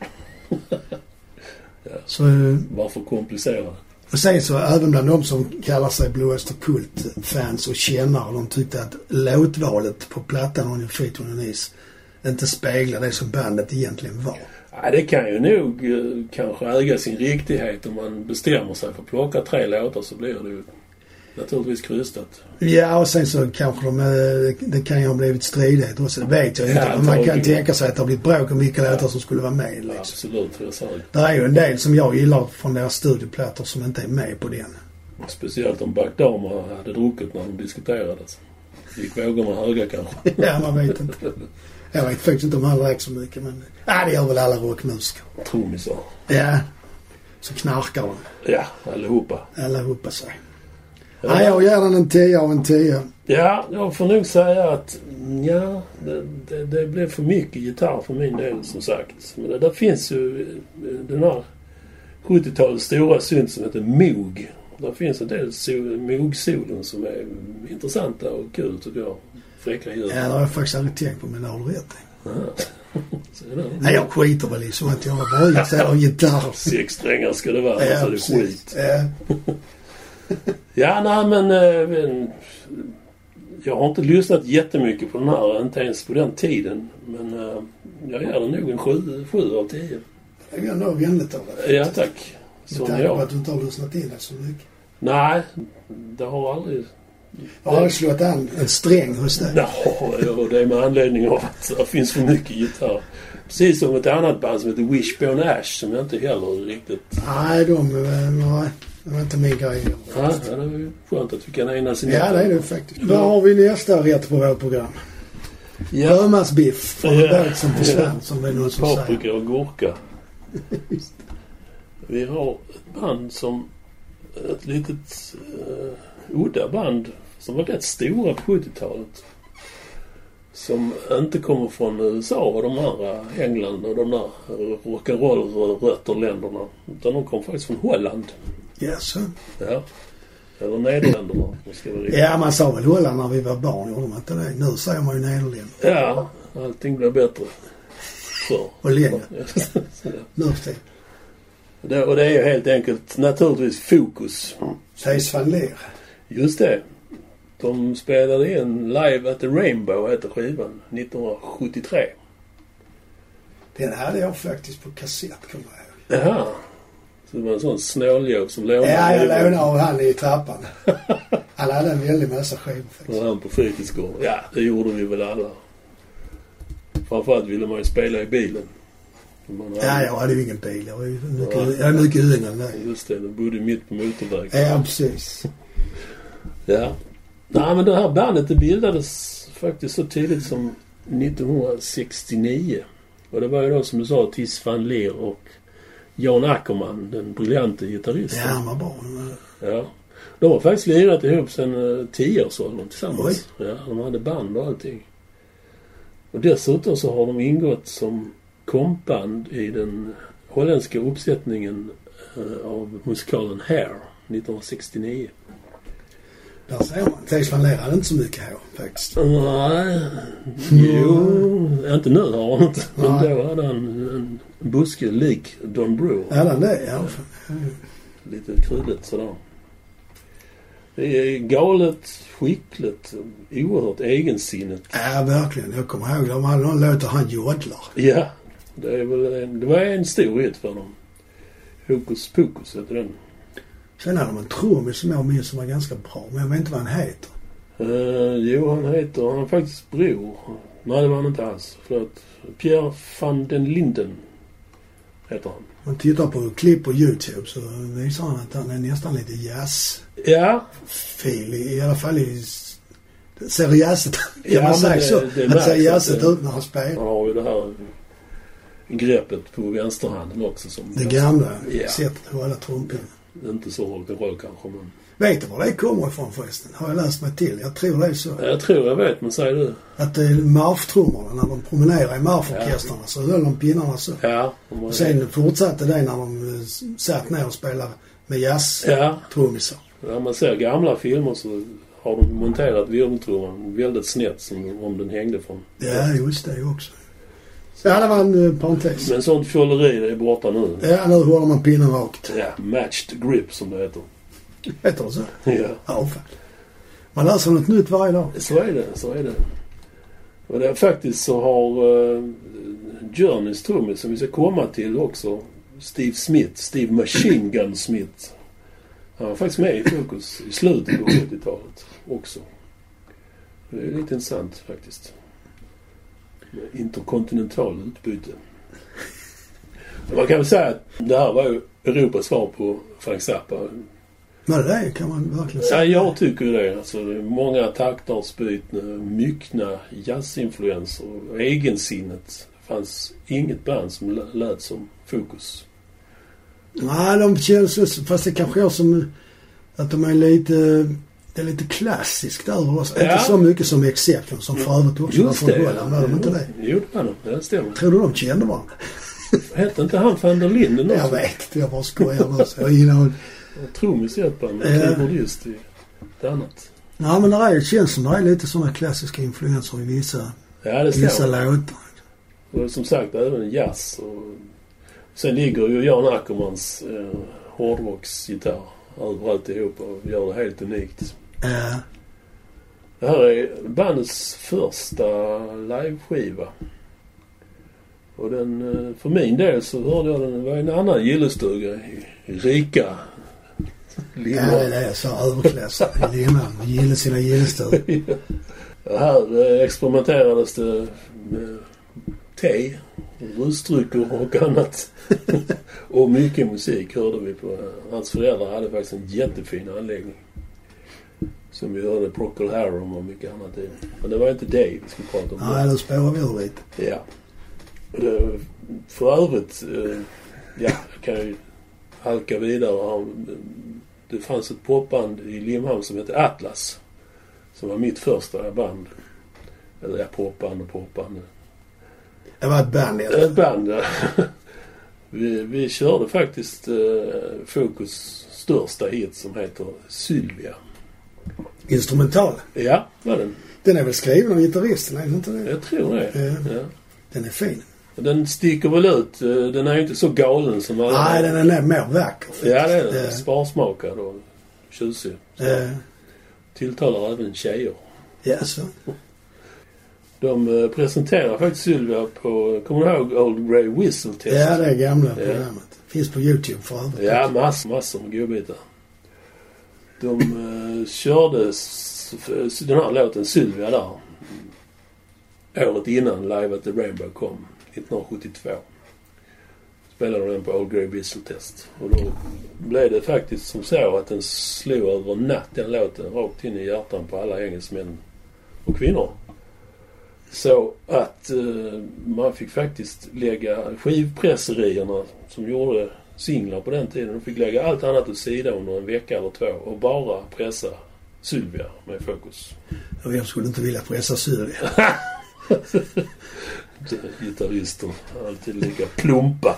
Ja. Så, varför komplicerat? Och sen så även bland de som kallar sig Blue Oyster Cult-fans och kännare, de tyckte att låtvalet på plattan On Your Feet On Your Knees inte speglar det som bandet egentligen var. Ja, det kan ju nog eh, kanske äga sin riktighet om man bestämmer sig för att plocka tre låtar, så blir det ju naturligtvis krystat. Ja, och sen så kanske de, det kan ju ha blivit stridigt också, det vet jag inte. Ja, men man kan tagen. tänka sig att det har blivit bråk om vilka Ja. låtar som skulle vara med. Liksom. Ja, absolut, jag sa det. Det är ju en del som jag gillar från deras studioplattor som inte är med på den. Speciellt om backdamer hade druckit när de diskuterades. Gick vågorna höga kanske. Ja, man vet inte. Jag vet faktiskt inte om han räcker så mycket, men ja, det gör väl alla rockmusiker. Trummisar. Ja, så knarkar de. Ja, allihopa. Alla uppe sig. Ja. Ja, jag ger den en tio av en tio. Ja, jag får nog säga att ja, det, det, det blev för mycket gitarr för min del, som sagt. Men det, där finns ju den här sjuttiotalets stora synt som heter Moog. Där finns en del so- Moog-solen som är intressanta och kul, tycker jag. Fräcka ljud. Ja, det har jag faktiskt aldrig tänkt på, men det har du rätt i. Nej, jag skiter väl i så att jag har bara intresserad av gitarr. Sex strängar ska det vara, Ja, så det är precis. skit. Ja. Ja, nej men, äh, men... Jag har inte lyssnat jättemycket på den här, inte ens på den tiden. Men äh, jag ger den nog en sju, sju av tio. Det är ju ändå vänligt av dig. Ja, tack. Med Som tanke på jag. att du inte har lyssnat in det så mycket. Nej, det har aldrig... Jag har aldrig slått an en sträng hos dig. Nej, och det är med anledning av att det finns för mycket gitarr. Precis som ett annat band som heter Wishbone Ash, som jag inte heller riktigt... Nej, de... Nej, det var inte min grej. Ja, det var ju skönt att vi kan enas i Ja, det är det faktiskt. Vad har vi nästa rätt på vårt program? Ja, Sjömansbiff från Ja. en båt som försvann, som det är någon som säger. paprika och gurka. Vi har ett band som... Ett litet uh, udda band som var rätt stora på sjuttiotalet. Som inte kommer från U S A och de andra England och de där rock'n'roll-rötterländerna. Utan de kom faktiskt från Holland. Yes. Ja. Eller Nederländerna. om jag ska vara riktig. Ja, man sa väl Holland när vi var barn, gjorde man inte det? Nu säger man ju Nederländerna. Ja, allting blir bättre. Så. Och längre. Nu för tiden. Det, och det är ju helt enkelt naturligtvis Fokus. Theis van Leer. Just det. De spelade in Live at the Rainbow, heter skivan, nittonhundrasjuttiotre. Den hade jag faktiskt på kassett, kommer jag ihåg. Jaha. Så det var en sån snåljåg som lånade. Ja, jag lånade av han i trappan. Han hade en väldig massa skivor faktiskt. Och han på fritidsgården. Ja, det gjorde vi väl alla. Framförallt ville man ju spela i bilen. Man hade... Ja, jag hade ju ingen bil. Jag, var ju mycket, ja. jag är mycket yngre än dig. Just det, de bodde mitt på motorväg. Ja, precis. Ja. Nej, men det här bandet det bildades faktiskt så tidigt som nittonhundrasextionio. Och det var ju då, som du sa, Theis van Leer och Jan Ackerman, den briljante gitarristen. Ja, han var bra. Ja. De har faktiskt lirat ihop sedan uh, tioårsåldern tillsammans. Oj. Ja, de hade band och allting. Och dessutom så har de ingått som kompband i den holländska uppsättningen uh, av musikalen Hair nittonhundrasextionio. Där ser man. Theis van Leer hade inte så mycket hår faktiskt. Nej. Jo. Inte nu har han inte. Men Nej. då hade han en buske lik Don Brewer. Hade han det? Ja. Lite krydligt sådär. Det är galet, skickligt, oerhört egensinnigt. Ja, verkligen. Jag kommer ihåg de hade någon låt där han jodlar. Ja. Det, är väl en, det var en stor hit för dem. Hokus Pokus heter den. Sen hade de en trummis som jag minns som var ganska bra. Men jag vet inte vad han heter. Uh, jo, han heter... Han har faktiskt bror. Nej, det var han inte alls. Förlåt. Pierre van den Linden heter han. Man tittar på klipp på YouTube så visar han att han är nästan lite jazz-fil. Ja. I alla fall i... Det ser jazzet ut. Kan Ja, man säga det, så? det Han ser märks jazzet att det- ut när han spelar. Han har ju det här greppet på vänsterhanden också. Som Det gamla Ja. sättet att hålla trumpinnen. Inte så rock'n'roll kanske, men... Vet du var det kommer ifrån förresten? Har jag läst mig till. Jag tror det är så. Jag tror jag vet, men säg du. Att det är marftrummorna. När de promenerar i marforkestrarna så höll de pinnarna så. Ja. Och sen fortsatte det när de eh, satt ner och spelade med Ja. jazz-trummisar. När man ser gamla filmer så har de monterat virveltrumman väldigt snett som om den hängde från... Ja, just det också. Ja, det var en uh, parentes. Men sånt fålleri, det är borta nu. Ja, nu håller man pinnen rakt. Ja, matched grip som det heter. Heter det så? Ja. Ja, fan. Man lär sig något nytt varje dag. Så är det, så är det. Och det är faktiskt så har uh, Journeys trummis som vi ska komma till också, Steve Smith, Steve Machine Gun Smith. Han var faktiskt med i Fokus i slutet på sjuttiotalet också. Det är lite intressant faktiskt. Med interkontinental utbyte. Man kan väl säga att det här var ju Europas svar på Frank Zappa. Men det kan man verkligen säga. Ja, jag tycker det. Alltså, många taktartsbyten, myckna jazzinfluenser och egensinnet. Det fanns inget band som lät som Fokus. Nej, de känns, fast det kanske är som att de är lite, det är lite klassiskt över oss. Ja. Inte så mycket som Exception, som för övrigt också var från Holland. Var de inte det? Jo, det var de. Det stämmer. Tror du de kände varandra? Hette inte han van der Linden också? Jag vet, jag bara skojar nu. Så jag innan... Trummisjäppan och keyboardist i ett annat. Ja, men det är, känns som det är lite sådana klassiska influenser i vissa, ja, det vissa låtar. Och som sagt, även jazz. Och sen ligger ju Jan Ackermans eh, hårdrocksgitarr överallt ihop och gör det helt unikt. Ja. Det här är bandets första liveskiva. Och den, för min del så hörde jag den, det var en annan gillestuga i, i rika Limma. Ja, det är det. Så överklass i Limma. Gille sina gillestugor. Ja. Här experimenterades det med te, rusdrycker och annat. Och mycket musik hörde vi på. Hans föräldrar hade faktiskt en jättefin anläggning. Som vi hörde Procol Harum och mycket annat i. Men det var inte det vi skulle prata om. Nej, då spårar vi ur lite. Ja. För övrigt, ja, jag kan ju halka vidare. Det fanns ett popband i Limhamn som hette Atlas. Som var mitt första band. Eller ja, popband och popband. Det var ett band, eller? Ett band, ja. Vi, vi körde faktiskt eh, Fokus största hit som heter Sylvia. Instrumental? Ja, var den. Den är väl skriven av gitarristen, är det inte det? Jag tror det. Ja. Ja. Den är fin. Den sticker väl ut. Den är ju inte så galen som alla. Nej, den är mer vacker. Ja, det är den. Ja. Sparsmakad och tjusig. Ja. Tilltalar även tjejer. Ja, så. De presenterar faktiskt Sylvia på, kommer du ihåg Old Grey Whistle Test? Ja, det är gamla ja. programmet. Finns på YouTube för övrigt. Ja, massor, massor med godbitar. De uh, körde s- den här låten Sylvia där. Året innan Live at the Rainbow kom. nittonhundrasjuttiotvå. Spelade de den på Old Grey Whistle Test. Och då blev det faktiskt som så att den slog över natt, den låten, rakt in i hjärtan på alla engelsmän och kvinnor. Så att eh, man fick faktiskt lägga skivpresserierna som gjorde singlar på den tiden. De fick lägga allt annat åt sidan under en vecka eller två och bara pressa Sylvia med Fokus. Och jag skulle inte vilja pressa Sylvia. Gitarrister alltid lika plumpa.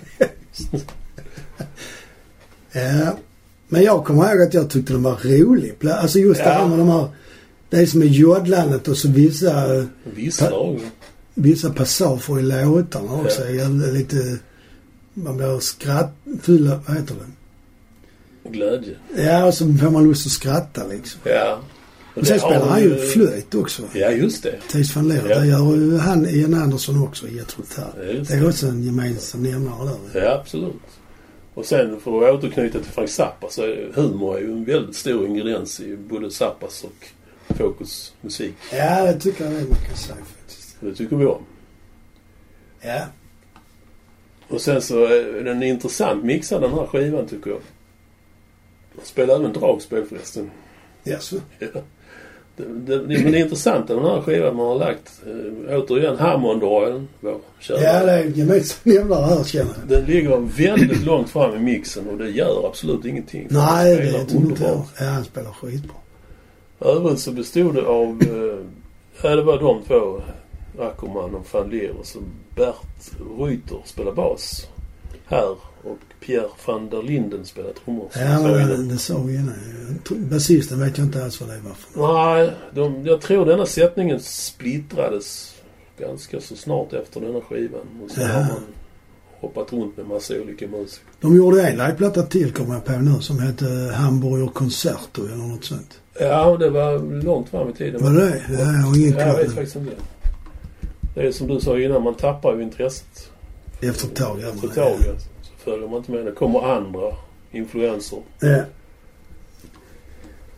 Ja, men jag kommer ihåg att jag tyckte den var rolig. Alltså just ja. det här med de här, det är som är jordlandet och så vissa vissa pa, vissa passager i låtarna också. Ja. Är lite, man blir skrattfulla, vad heter det? Glädje. Ja, och så får man lust att skratta liksom. Ja. Och, och sen spelar han ju flöjt också. Ja, just det. Theis van Leer. Ja. Det gör ju han, Ian Anderson också i ett här. Ja, det är också en gemensam nämnare där. Ja, absolut. Och sen för att återknyta till Frank Zappa så är humor är ju en väldigt stor ingrediens i både Zappas och Fokus musik. Ja, det tycker jag det man kan säga faktiskt. Det tycker vi om. Ja. Och sen så är den intressant mixad den här skivan tycker jag. Jag spelar även dragspel förresten. Ja, så. Ja. Det, det, det, men det är intressant den här skivan man har lagt. Äh, återigen Hammond-orgeln. Ja, det är gemensamt nämnare här känner jag. Den ligger väldigt långt fram i mixen och det gör absolut ingenting. Nej, det är inte jag. Ja, han spelar skitbra. Övrigt så bestod det av äh, ja, det var de två, Ackerman och van Leer, och så Bert Reuter spelar bas här och Pierre van der Linden spelar trummor. Ja, men det sa vi innan. Basisten vet jag inte alls vad det var för. Nej, de, jag tror denna sättningen splittrades ganska så snart efter denna skivan. Och så ja. har man hoppat runt med massa olika musik. De gjorde en liveplatta till, kommer jag på nu, som hette Hamburger Concerto eller något sånt. Ja, det var långt fram i tiden. Var det? Ja, jag har ingen ja, jag vet faktiskt inte. Det är som du sa innan, man tappar ju intresset. Efter ett tag, ja. Efter ett tag, ja. Så följer man inte med. Det kommer andra influenser. Ja.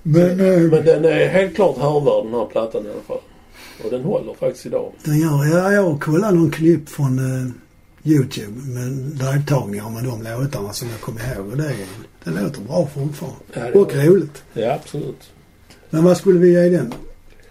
Men, äh, Men den är helt klart hörvärd, den här plattan i alla fall. Och den håller faktiskt idag. Den gör, ja, jag har kollat någon klipp från uh, YouTube med live-tagningar med de låtarna som jag kommer ihåg. Och det, det låter bra fortfarande. Ja, och roligt. Ja, absolut. Men vad skulle vi ge den?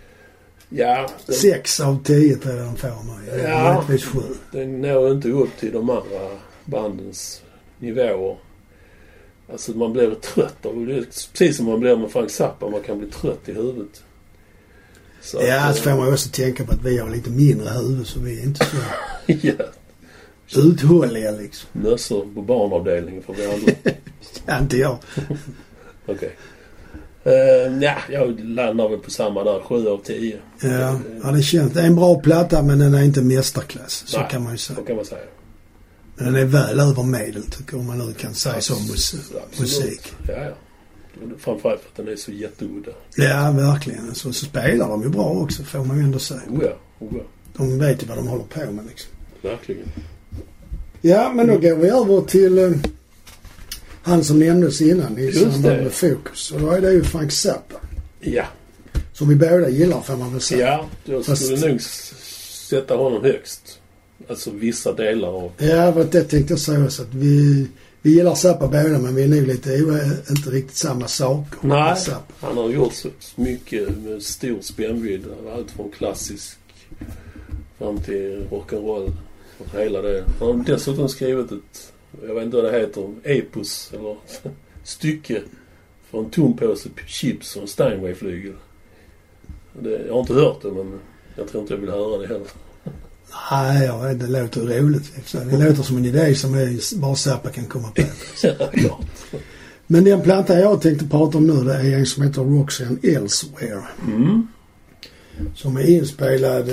Ja. Den, Sex av tio tror jag den får mig. Ja. Rättvis sju. Den når inte upp till de andra bandens nivåer. Alltså man blir trött av det. Precis som man blir med Frank Zappa. Man kan bli trött i huvudet. Så ja, att, så får man också tänka på att vi har lite mindre huvud så vi är inte så ja. uthålliga liksom. Mössor på barnavdelningen för vi andra. Ja, inte jag. Okej. Okay. Uh, ja, jag landar väl på samma där. Sju av tio. Ja, ja, det känns. Det är en bra platta men den är inte mästerklass. Så Nej, kan man ju säga. så kan man säga. Men den är väl över medel tycker jag, om man nu kan säga så om mus- musik. Ja, ja. Framförallt för att den är så jätteudda. Ja, verkligen. Så, så spelar de ju bra också, får man ju ändå säga. Oh ja, oh ja. De vet ju vad de håller på med liksom. Verkligen. Ja, men då går vi över till uh, han som nämndes innan i samband med Fokus. Och då är det ju Frank Zappa. Ja. Som vi båda gillar får man väl säga. Ja, jag skulle Fast... nog sätta honom högst. Alltså vissa delar av... Ja, vad det tänkte jag säga också. Att vi, vi gillar Zappa båda men vi är nog lite inte riktigt samma saker. Nej, han har gjort så mycket med stor spännvidd. Allt från klassisk fram till rock'n'roll. Och hela det. Han har dessutom skrivit ett, jag vet inte vad det heter, epos eller stycke från en tom påse chips och en Steinway-flygel. Det, jag har inte hört det men jag tror inte jag vill höra det heller. Nej, ja, det låter roligt. Det låter som en idé som är, bara Zappa kan komma på. Ja, klart. Men den planta jag tänkte prata om nu det är en som heter Roxanne Elsewhere. Mm. Som är inspelad...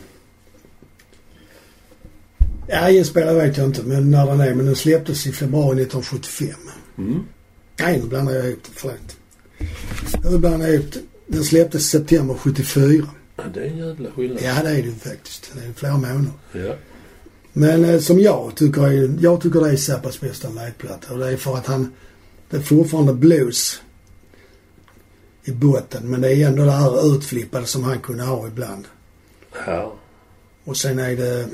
Ja, inspelad vet jag inte, men när den är. Men den släpptes i februari nittonhundrasjuttiofem. Mm. Nej, nu blandar jag ihop det. Förlåt. Jag blandar ihop det. Den släpptes i september sjuttiofyra. Ja, det är en jävla skillnad. Ja, det är det faktiskt. Det är flera månader. Ja. Men eh, som jag tycker, är, jag tycker det är Zappas bästa liveplatta. Och det är för att han, det är fortfarande blues i botten. Men det är ändå det här utflippade som han kunde ha ibland. Ja. Och sen är det,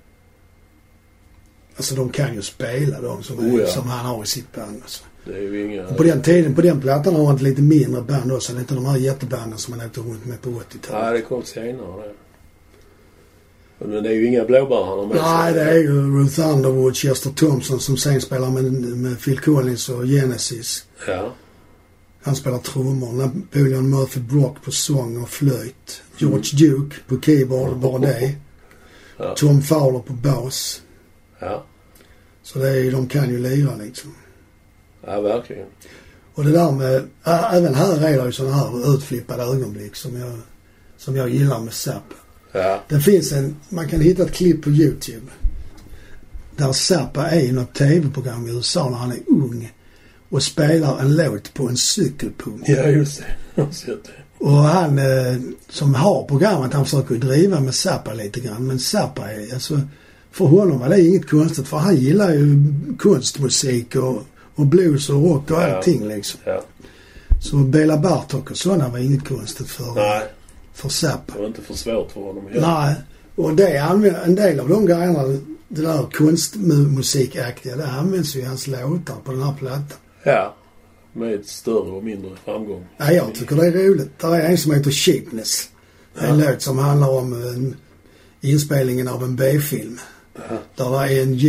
alltså de kan ju spela de som, oh, är, ja. som han har i sitt band. Alltså. Det är ju inga... Och på den tiden, på den plattan har han ett lite mindre band också. Det är inte de här jättebanden som han åkte runt med på åttiotalet. Nej, det kom senare det. Men det är ju inga blåbär han har med. Nej, det är ju Ruth Underwood, Chester Thompson som sen spelar med, med Phil Collins och Genesis. Ja. Han spelar trummor. Napoleon Murphy Brock på sång och flöjt. George mm. Duke på keyboard, bara det. Ja. Tom Fowler på bas. Ja. Så det är, de kan ju lira liksom. Ja, verkligen. Och det där med, äh, även här är det ju sådana här utflippade ögonblick som jag, som jag gillar med Zappa. Ja. Det finns en, man kan hitta ett klipp på YouTube där Zappa är i något tv-program i U S A när han är ung och spelar en låt på en cykelpump. Ja, just det. Jag har sett det. Och han eh, som har programmet, han försöker driva med Zappa lite grann. Men Zappa är, alltså, för honom var det inget konstigt för han gillar ju konstmusik och, och blues och rock och ja. allting liksom. Ja. Så Bela Bartok och sådana var inget konstigt för, Nej. för Zappa. Det var inte för svårt för honom heller. Nej, och det använder, en del av de grejerna, det där konstmusikaktiga, det används ju i hans låtar på den här plattan. Ja, med större och mindre framgång. Ja, jag tycker det är roligt. Det är en som heter Cheapness. Ja. En låt som handlar om en, inspelningen av en B-film. Ja. Där det är en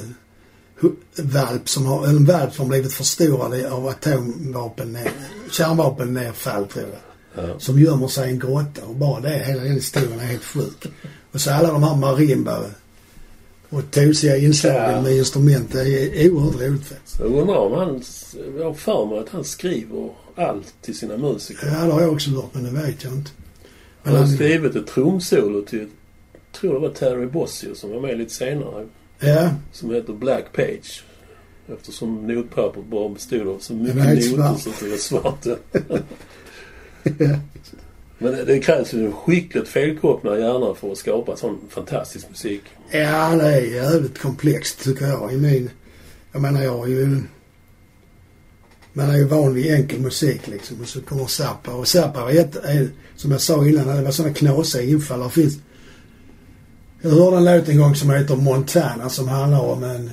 jättevalp som har, en valp som har blivit förstorad av atomvapen, kärnvapennedfall tror jag. Ja. Som gömmer sig i en grotta och bara det, hela den historien är helt sjuk. Och så alla de här marimba och tosiga inslagen ja. med instrument, det är oerhört roligt faktiskt. Jag undrar om han, jag har för mig att han skriver allt till sina musiker. Ja, det har jag också hört, men det vet jag inte. Men han har skrivit ett trumsolo till, jag tror det var Terry Bossio som var med lite senare. Ja. Som heter Black Page. Eftersom notpappret bara bestod av så mycket noter så det var svart. Ja. Men det, det krävs ju en skickligt felkopplad hjärna för att skapa sån fantastisk musik. Ja, det är jävligt komplext tycker jag. I min, jag menar jag är ju man är ju van vid enkel musik liksom. Och så kommer Zappa. Och Zappa är, ett, är som jag sa innan, det var sådana knasiga infall. Det finns... Jag hörde en låt en gång som heter Montana som handlar om en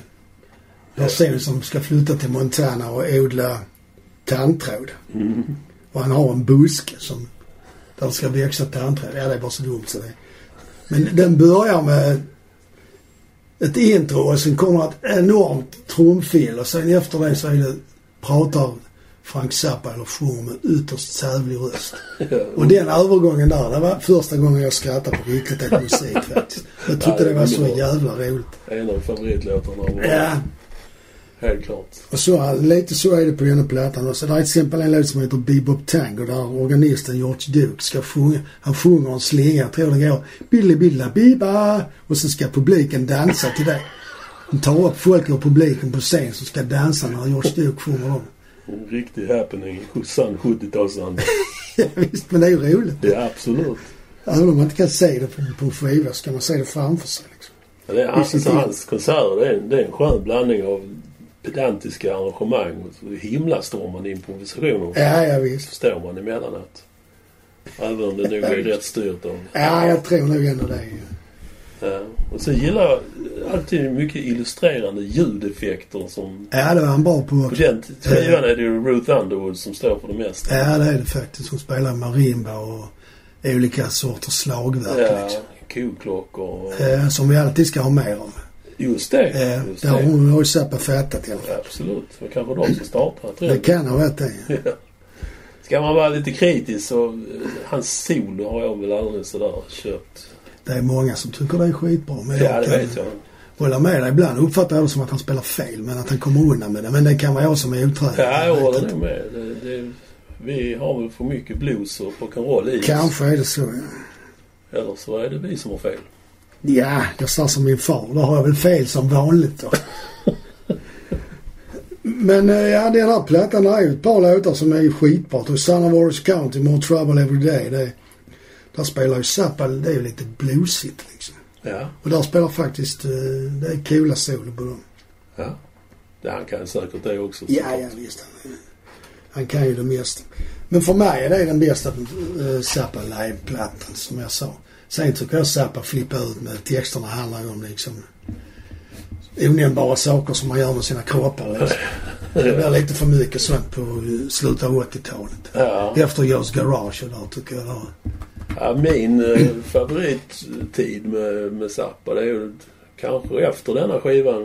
person som ska flytta till Montana och odla tandtråd. Mm. Och han har en buske som där det ska växa tandtråd. Ja, det är bara så dumt så det. Men den börjar med ett intro och sen kommer ett enormt trumfil och sen efter det så är det, pratar Frank Zappa eller sjunger med ytterst sävlig röst. Och den övergången där, det var första gången jag skrattade på riktigt ett musik faktiskt. Jag tyckte det var så jävla roligt. En av favoritlåtarna av Ja. Helt klart. Och så, lite så är det på den plattan. Och så det är till exempel en låt som heter Bebop Tango där organisten George Duke ska sjunga. Han sjunger en slinga, jag tror det går Billy Billa Biba. Och så ska publiken dansa till det. De tar upp folk och publiken på scen som ska dansa när George Duke sjunger dem. En riktig happening i sann sjuttiotalsand. Ja, visst, men det är ju roligt. Ja, absolut. Även om man inte kan se det på, på skiva så kan man se det framför sig liksom. Ja, det är, alltså, hans konserter, det är, en, det är en skön blandning av pedantiska arrangemang och himlastormande improvisationer. Ja, ja visst. Förstår man emellanåt. Även om det nog är rätt styrt av... Ja, jag tror nog ändå det. Ja. Och så gillar jag alltid mycket illustrerande ljudeffekter som... Ja, det var han bra på. På den skivan är det ju Ruth Underwood som står för det mesta. Ja, det är det faktiskt. Hon spelar marimba och olika sorters slagverk ja, liksom. koklockor och... Ja, som vi alltid ska ha mer av. Just det. Ja, just det har det. hon har ju Zappa fattat i alla fall. Ja, absolut. Det kanske de som startar. Det kan ha varit det. Ja. Ska man vara lite kritisk så uh, hans solo har jag väl aldrig sådär köpt. Det är många som tycker det är skitbra. Men Ja, jag det kan vet jag. hålla med dig. Ibland uppfattar jag det som att han spelar fel, men att han kommer undan med det. Men det kan vara jag som är otränad. Ja, jag håller nog med. Det, det, vi har väl för mycket blues och rock'n'roll i oss. Kanske är det så, ja. Eller så är det vi som har fel. Ja, jag sa som min far. Då har jag väl fel som vanligt då. Men ja, den här plattan är ju ett par låtar som är skitbra. Och Son of Orange County, More Trouble Every Day. Det, där spelar ju Zappa, det är ju lite bluesigt liksom. Ja. Och där spelar faktiskt, det är coola solo på dem. Ja. Det han kan säkert det också. Ja, ja visst. Han, han kan ju det mesta. Men för mig är det den bästa uh, Zappa live-plattan som jag sa. Sen tycker jag Zappa flippar ut med texterna handlar om liksom onämnbara saker som man gör med sina kroppar. Liksom. Det blir lite för mycket sånt på slutet av åttiotalet. Ja. Efter Joe's Garage och där tycker jag det. Ja, min eh, favorittid med, med Zappa det är ju kanske efter denna skivan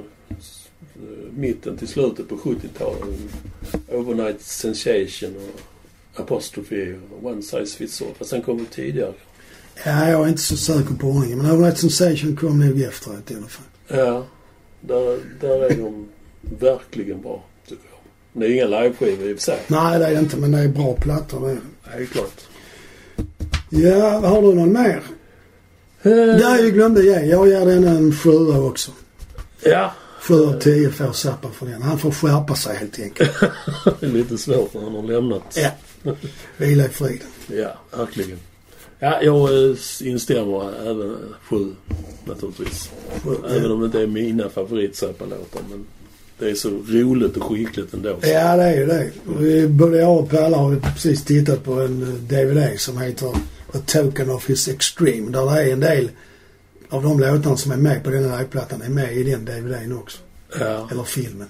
mitten till slutet på sjuttiotalet. Overnight Sensation och Apostrophe och One Size Fits All. Fast sen kom det tidigare. Ja, jag är inte så säker på ordningen. Men Overnight Sensation kom nog efteråt i alla fall. Ja, där, där är de verkligen bra tycker jag. Men det är inga liveskivor i och för sig. Nej, det är inte, men det är bra plattor. Det är det är klart. Ja, har du någon mer? Uh, Där jag glömde jag. Jag ger den en sjua också. Ja. Sju av tio får Zappa för den. Han får skärpa sig helt enkelt. Det är lite svårt när han har lämnat. Ja. Vila i friden. Ja, verkligen. Ja, jag äh, instämmer även sju naturligtvis. Sju, även ja. om det inte är mina favorit-Zappa-låtar. Men det är så roligt och skickligt ändå. Så. Ja, det är ju det. Vi, både jag och Palla har precis tittat på en D V D som heter A Token of His Extreme. Där det är en del av de låtarna som är med på den här plattan är med i den D V D:n också. Ja. Eller filmen.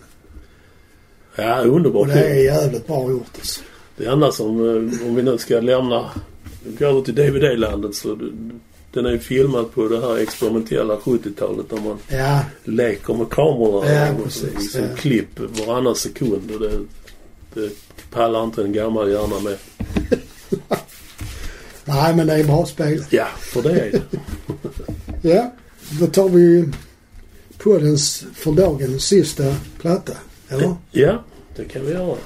Ja, underbart. Och det är jävligt bra gjort alltså. Det enda som, om vi nu ska lämna, gå till D V D-landet så den är ju filmad på det här experimentella sjuttiotalet där man ja. leker med kamerorna ja, och precis, ja. klipp varannan sekund och det, det pallar inte en gammal hjärna med. Nej, men det är bra spel. Ja, för det är det. Ja, då tar vi poddens för dagen sista platta, eller? Ja, det kan vi göra.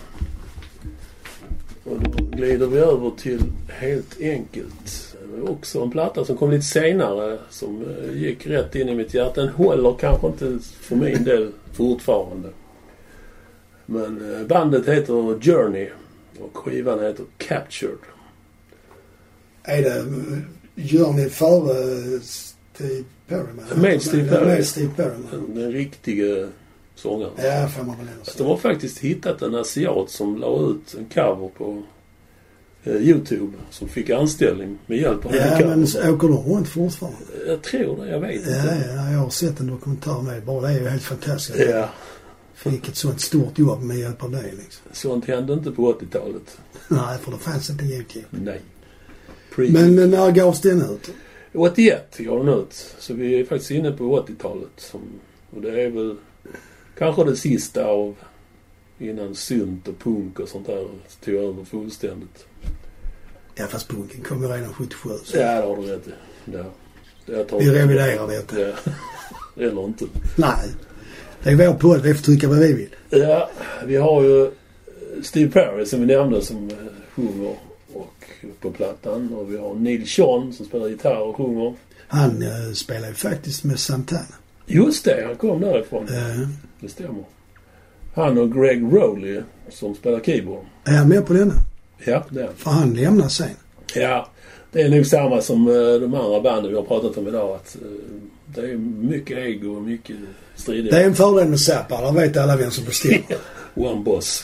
Och då glider vi över till helt enkelt också en platta som kom lite senare som gick rätt in i mitt hjärta. Den håller kanske inte för min del fortfarande. Men bandet heter Journey och skivan heter Captured. Är det Journey före Steve Perryman? Med Steve Perryman. Med Steve Perryman. Den, den riktiga sångaren. Ja, får man väl ändå De har faktiskt hittat en asiat som la ut en cover på eh, YouTube som fick anställning med hjälp av ja, den covern. Ja, men åker de runt fortfarande? Jag tror det, jag vet ja, inte. Ja, jag har sett en dokumentär med. Bara det är ju helt fantastiskt. Ja. Fick ett sånt stort jobb med hjälp av det liksom. Sånt hände inte på åttiotalet. Nej, för det fanns inte YouTube. Nej. Pre- men när gavs den ut? åttioett gav den ut. Så vi är faktiskt inne på åttiotalet. Som, och det är väl kanske det sista av innan synt och punk och sånt där tog över fullständigt. Ja, fast punken kom ju redan sjuttiosju. Så. Ja, det har du rätt i. Ja. Det vi reviderar detta. Ja. Eller inte. Nej. Det är vår podd, vi får trycka vad vi vill. Ja, vi har ju Steve Perry som vi nämnde som sjunger och på plattan. Och vi har Neil Schon som spelar gitarr och sjunger. Han uh, spelar ju faktiskt med Santana. Just det, han kom därifrån. Uh. Det stämmer. Han och Greg Rowley som spelar keyboard. Är han med på denna? Ja, det är. För han lämnar sen. Ja, det är nog samma som uh, de andra banden vi har pratat om idag. Att, uh, det är mycket ego och mycket strider. Det är en fördel med Zappa. Där vet alla vem som bestämmer. One boss.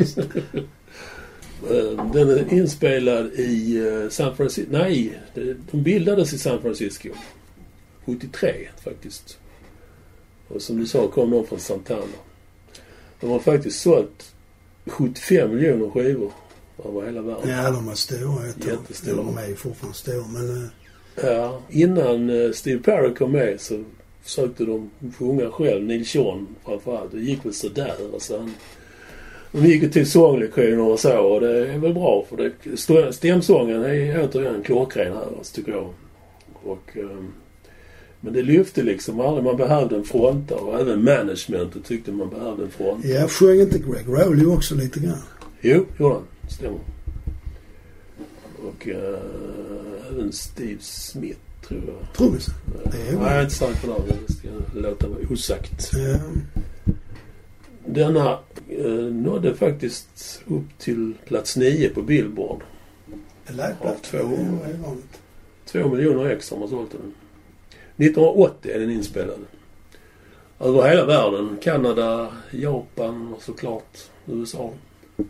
Den är inspelad i San Francisco. Nej, de bildades i San Francisco. sjuttiotre faktiskt. Och som du sa kom de från Santana. De har faktiskt sålt sjuttiofem miljoner skivor över hela världen. Ja, de är stora. Jättestora. De är ju fortfarande stora, men... Ja, innan Steve Perry kom med så försökte de sjunga själv, Neil Schon framförallt. Det gick väl sådär. Och sen, de gick till sånglektioner och så, och det är väl bra för det. Stämsången är återigen klockren här, alltså, tycker jag. Och, um, men det lyfte liksom aldrig. Man behövde en fronta, och även managementet tyckte man behövde en fronta. Ja, sjöng inte Greg Rowley också lite grann? Jo, gjorde han. Stämmer. Och uh, även Steve Smith, tror jag. Trummisen? Ja, jag är inte sagt för det. Det ska låta vara osagt. Ja. Denna eh, nådde faktiskt upp till plats nio på Billboard. Av två, två miljoner extra har man sålt den. nittonhundraåttio är den inspelad. Över hela världen. Kanada, Japan och såklart U S A.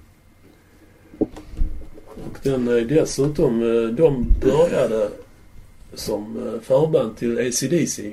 Och den är dessutom, de började som förband till A C D C.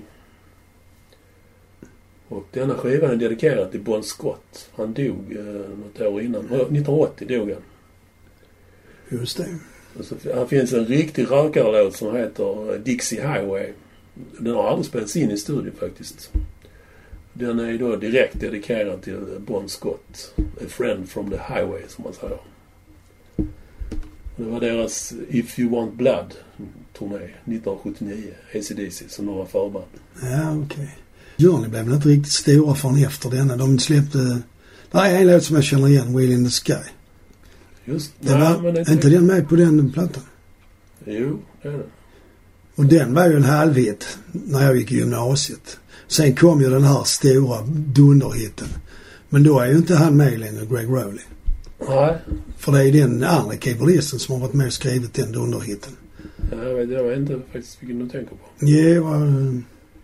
Och denna skivan är dedikerad till Bon Scott. Han dog eh, något år innan. nittonhundraåttio dog han. Just det. Så, han finns en riktig rökarlåt som heter Dixie Highway. Den har aldrig spelats in i studio faktiskt. Den är då direkt dedikerad till Bon Scott. A friend from the highway, som man säger. Det var deras If You Want Blood turné nittonhundrasjuttionio, A C D C, som de var förband. Ja, okej. Okay. Journey blev inte riktigt stora från efter denna. De släppte... Det är en låt som jag känner igen, Wheel in the Sky. Just det. Var nej, men det inte den med på den plattan? Jo, det är det. Och den var ju en halvhit när jag gick i gymnasiet. Sen kom ju den här stora dunderhitten. Men då är ju inte han med längre, Greg Rowley. Nej. För det är den andra keyboardisten som har varit med och skrivit den dunderhitten. Ja, jag vet, jag vet inte faktiskt vilken du tänker på. Ja, det var... Uh,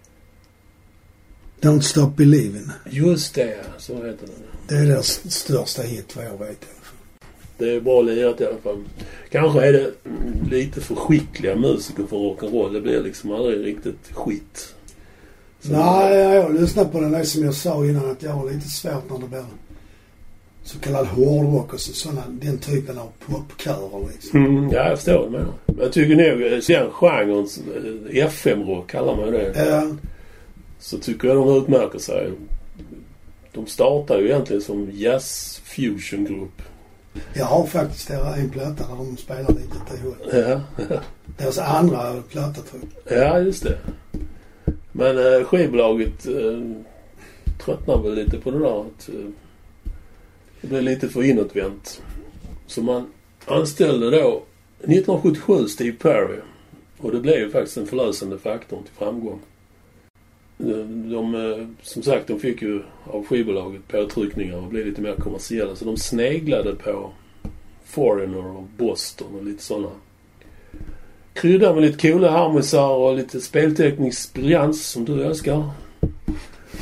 Don't Stop Believin'. Just det, så heter den. Det är deras största hit, vad jag vet i alla fall. Det är bra lirat i alla fall. Kanske är det lite för skickliga musiker för rock'n'roll. Det blir liksom aldrig riktigt skit. Så nej, jag har lyssnat på den där som jag sa innan, att jag har lite svårt när det blir så kallad hårdrock och så, sådana, den typen av popkörer liksom. Mm, ja, jag förstår det med. Men jag tycker nog, sen genren F M-rock kallar man det. Ja. Så tycker jag de utmärker sig. De startar ju egentligen som jazz-fusion-grupp. Jag har faktiskt en platta där de spelar lite till håll. Ja. Deras andra platta, tror jag. Ja, just det. Men äh, skivbolaget äh, tröttnar väl lite på det där. Att, äh, det blir lite för inåtvänt. Så man anställde då nittonhundrasjuttiosju Steve Perry. Och det blev ju faktiskt en förlösande faktor till framgång. De, de, som sagt, de fick ju av skivbolaget påtryckningar och blev lite mer kommersiella. Så de sneglade på Foreigner och Boston och lite sådana. Kryddade med lite coola harmisar och lite spelteknisk briljans som du älskar.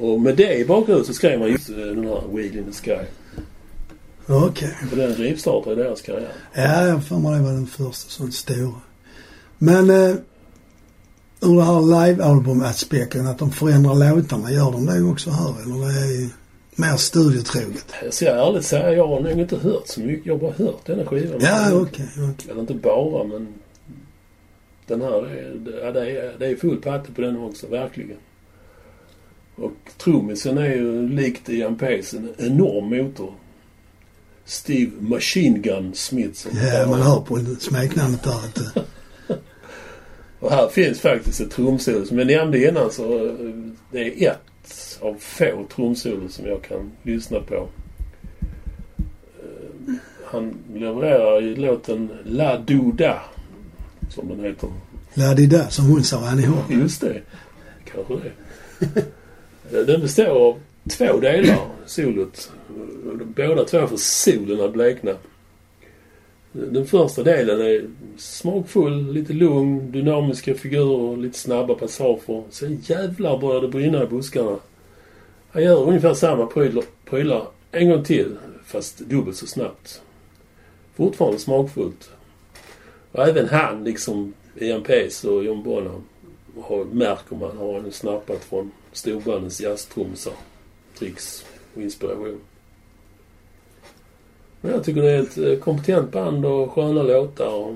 Och med det i bakgrunden så skrev man just den här Wheel in the Sky. Okej. Okay. För den rivstartade i deras karriär. Ja, jag får mig det var den första sån stora. Men eh, ur det här live-album-aspekten, att de förändrar låtarna, gör de det också här? Eller det är mer studiotroget? Jag ska ärligt säga, jag har nog inte hört så mycket. Jag har bara hört denna skivan. Ja, okej. Okay, okay. Eller inte bara, men den här, ja, det är, det är full patte på den också, verkligen. Och trummisen är ju likt Ian Pace en enorm motor. Steve Machine Gun Smith. Som ja, man hör på smeknamnet där att... Och här finns faktiskt ett trumsolo som jag nämnde innan, så det är ett av få trumsolo som jag kan lyssna på. Han levererar i låten La Duda, som den heter. La Duda, som hon sa, Annie Hall. Just det, kanske det. Den består av två delar, solot. Båda två för solen att blekna. Den första delen är smakfull, lite lugn, dynamiska figurer, lite snabba passager. Sen jävlar börjar det brinna i buskarna. Han gör ungefär samma prylar, prylar en gång till, fast dubbelt så snabbt. Fortfarande smakfullt. Och även han, liksom Ian Pace och John Bonham, har, märker man, har han snappat från storbandens jazztrumsar, tricks och inspiration. Men jag tycker det är ett kompetent band och sköna låtar och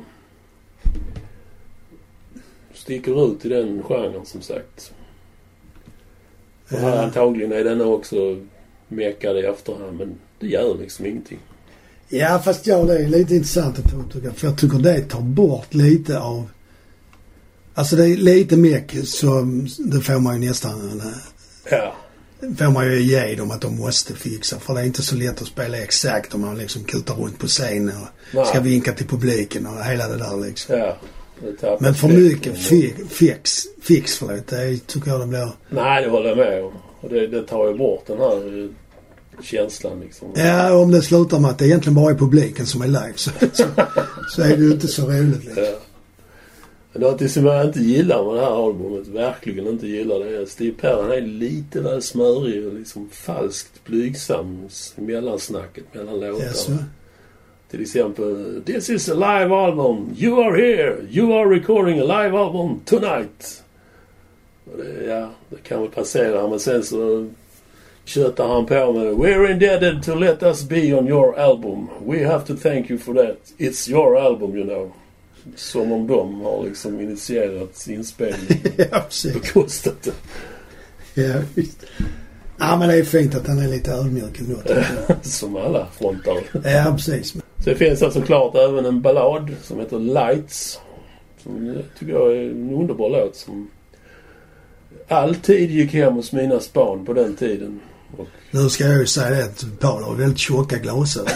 sticker ut i den genren, som sagt. Och här antagligen är den också mekad i efterhand, men det gör liksom ingenting. Ja, fast ja, det är lite intressant att tycka, för jag tycker det tar bort lite av, alltså det är lite mycket, så det får man ju nästan, ja, får man ju ge dem att de måste fixa, för det är inte så lätt att spela exakt om man liksom kutar runt på scenen och nej, ska vinka till publiken och hela det där liksom. Ja, det men för mycket fi, fix, fix förlåt, det tycker jag det blir. Nej, det håller jag med om. Och det, det tar ju bort den här känslan liksom. Ja, om det slutar med att det egentligen bara är publiken som är live, så, så, så är det ju inte så roligt liksom. Ja. Något som jag inte gillar med det här albumet, verkligen inte gillar, det är Steve Perry. Han är lite väl smörig och liksom falskt blygsam i mellansnacket mellan låtarna. Yes, till exempel, this is a live album, you are here, you are recording a live album tonight. Och det, ja, det kan väl passera, men sen så köttar han på med we're indebted to let us be on your album. We have to thank you for that. It's your album, you know. Som om de har liksom initierat inspelning. Ja, precis. Bekostat det. Ja, visst. Ja, men det är fint att han är lite ödmjuk ändå. Som alla frontar. Ja, precis. Så det finns alltså klart även en ballad som heter Lights. Som jag tycker jag är en underbar låt som alltid gick hem hos mina span på den tiden. Och nu ska jag ju säga det att Paul har väldigt tjocka glasögon.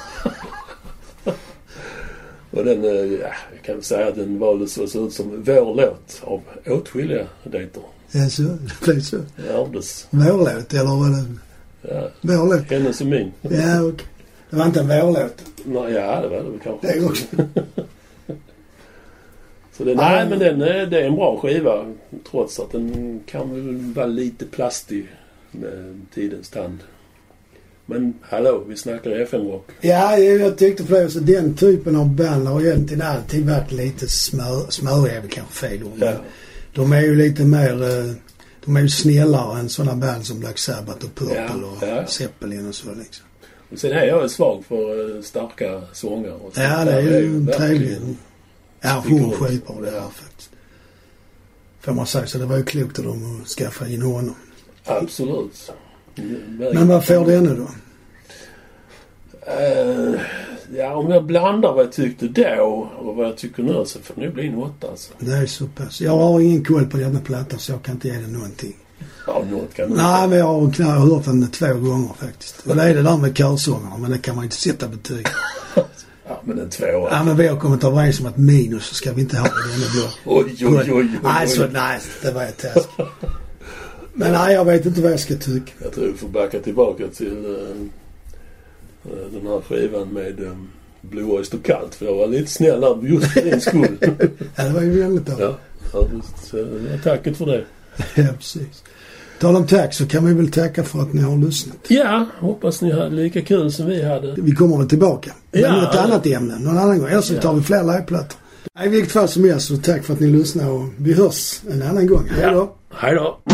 Och den, ja, jag kan säga att den valdes att se ut som vår låt av åtskilliga dejter. Ja, så. Det blev så. Ärvdes. Vår låt, eller vad det? Ja. Vår låt. Hennes och min. Ja, okej. Okay. Det var inte en vår låt. Nej, ja, det var det kanske. Det är också. Så det, nej, men den, det är en bra skiva. Trots att den kan väl vara lite plastig med tidens tand. Men hallå, vi snackar F M-rock. Ja, jag tyckte för det. Så den typen av band har egentligen alltid varit lite smör, smöriga, är kanske fel ord. Ja. De är ju lite mer, de är ju snällare än sådana band som Black Sabbath och Purple, ja, ja, och Zeppelin och så liksom. Och sen är jag svag för starka sånger. Och ja, det är ju trevligt. Ja, hon var skitbra det här faktiskt. Får man säga, så det var ju klokt av dem att skaffa in honom. Absolut. Men vad får det nu då? Uh, ja, om jag blandar vad jag tyckte då och vad jag tycker nu, så får det nu bli en åtta alltså. Det är så pass. Jag har ingen koll på denna platta, så jag kan inte ge det någonting. Ja, något kan du. Nej, men jag har knappt hört den två gånger faktiskt. Och det är det där med körsångerna, men det kan man inte sätta betyg. Ja, men en två. Ja, men vi har kommit överens om att minus så ska vi inte ha det denna blå. Oj, oj, oj, oj. Nej, så nej, det var ett test. Men nej, jag vet inte vad jag ska tycka. Jag tror vi får backa tillbaka till uh, den här skivan med um, Blue Oyster Cult. För jag var lite snäll där just för din skull. Ja, det var ju väldigt bra. Ja, ja, just, uh, tacket för det. Ja, precis. Tal om tack så kan vi väl tacka för att ni har lyssnat. Ja, hoppas ni hade lika kul som vi hade. Vi kommer väl tillbaka. Ja. Med ett annat ämne någon annan gång. Eller så tar Ja. vi fler liveplattor. I vilket fall som helst så tack för att ni lyssnar och vi hörs en annan gång. Hej då. Ja. Hej då.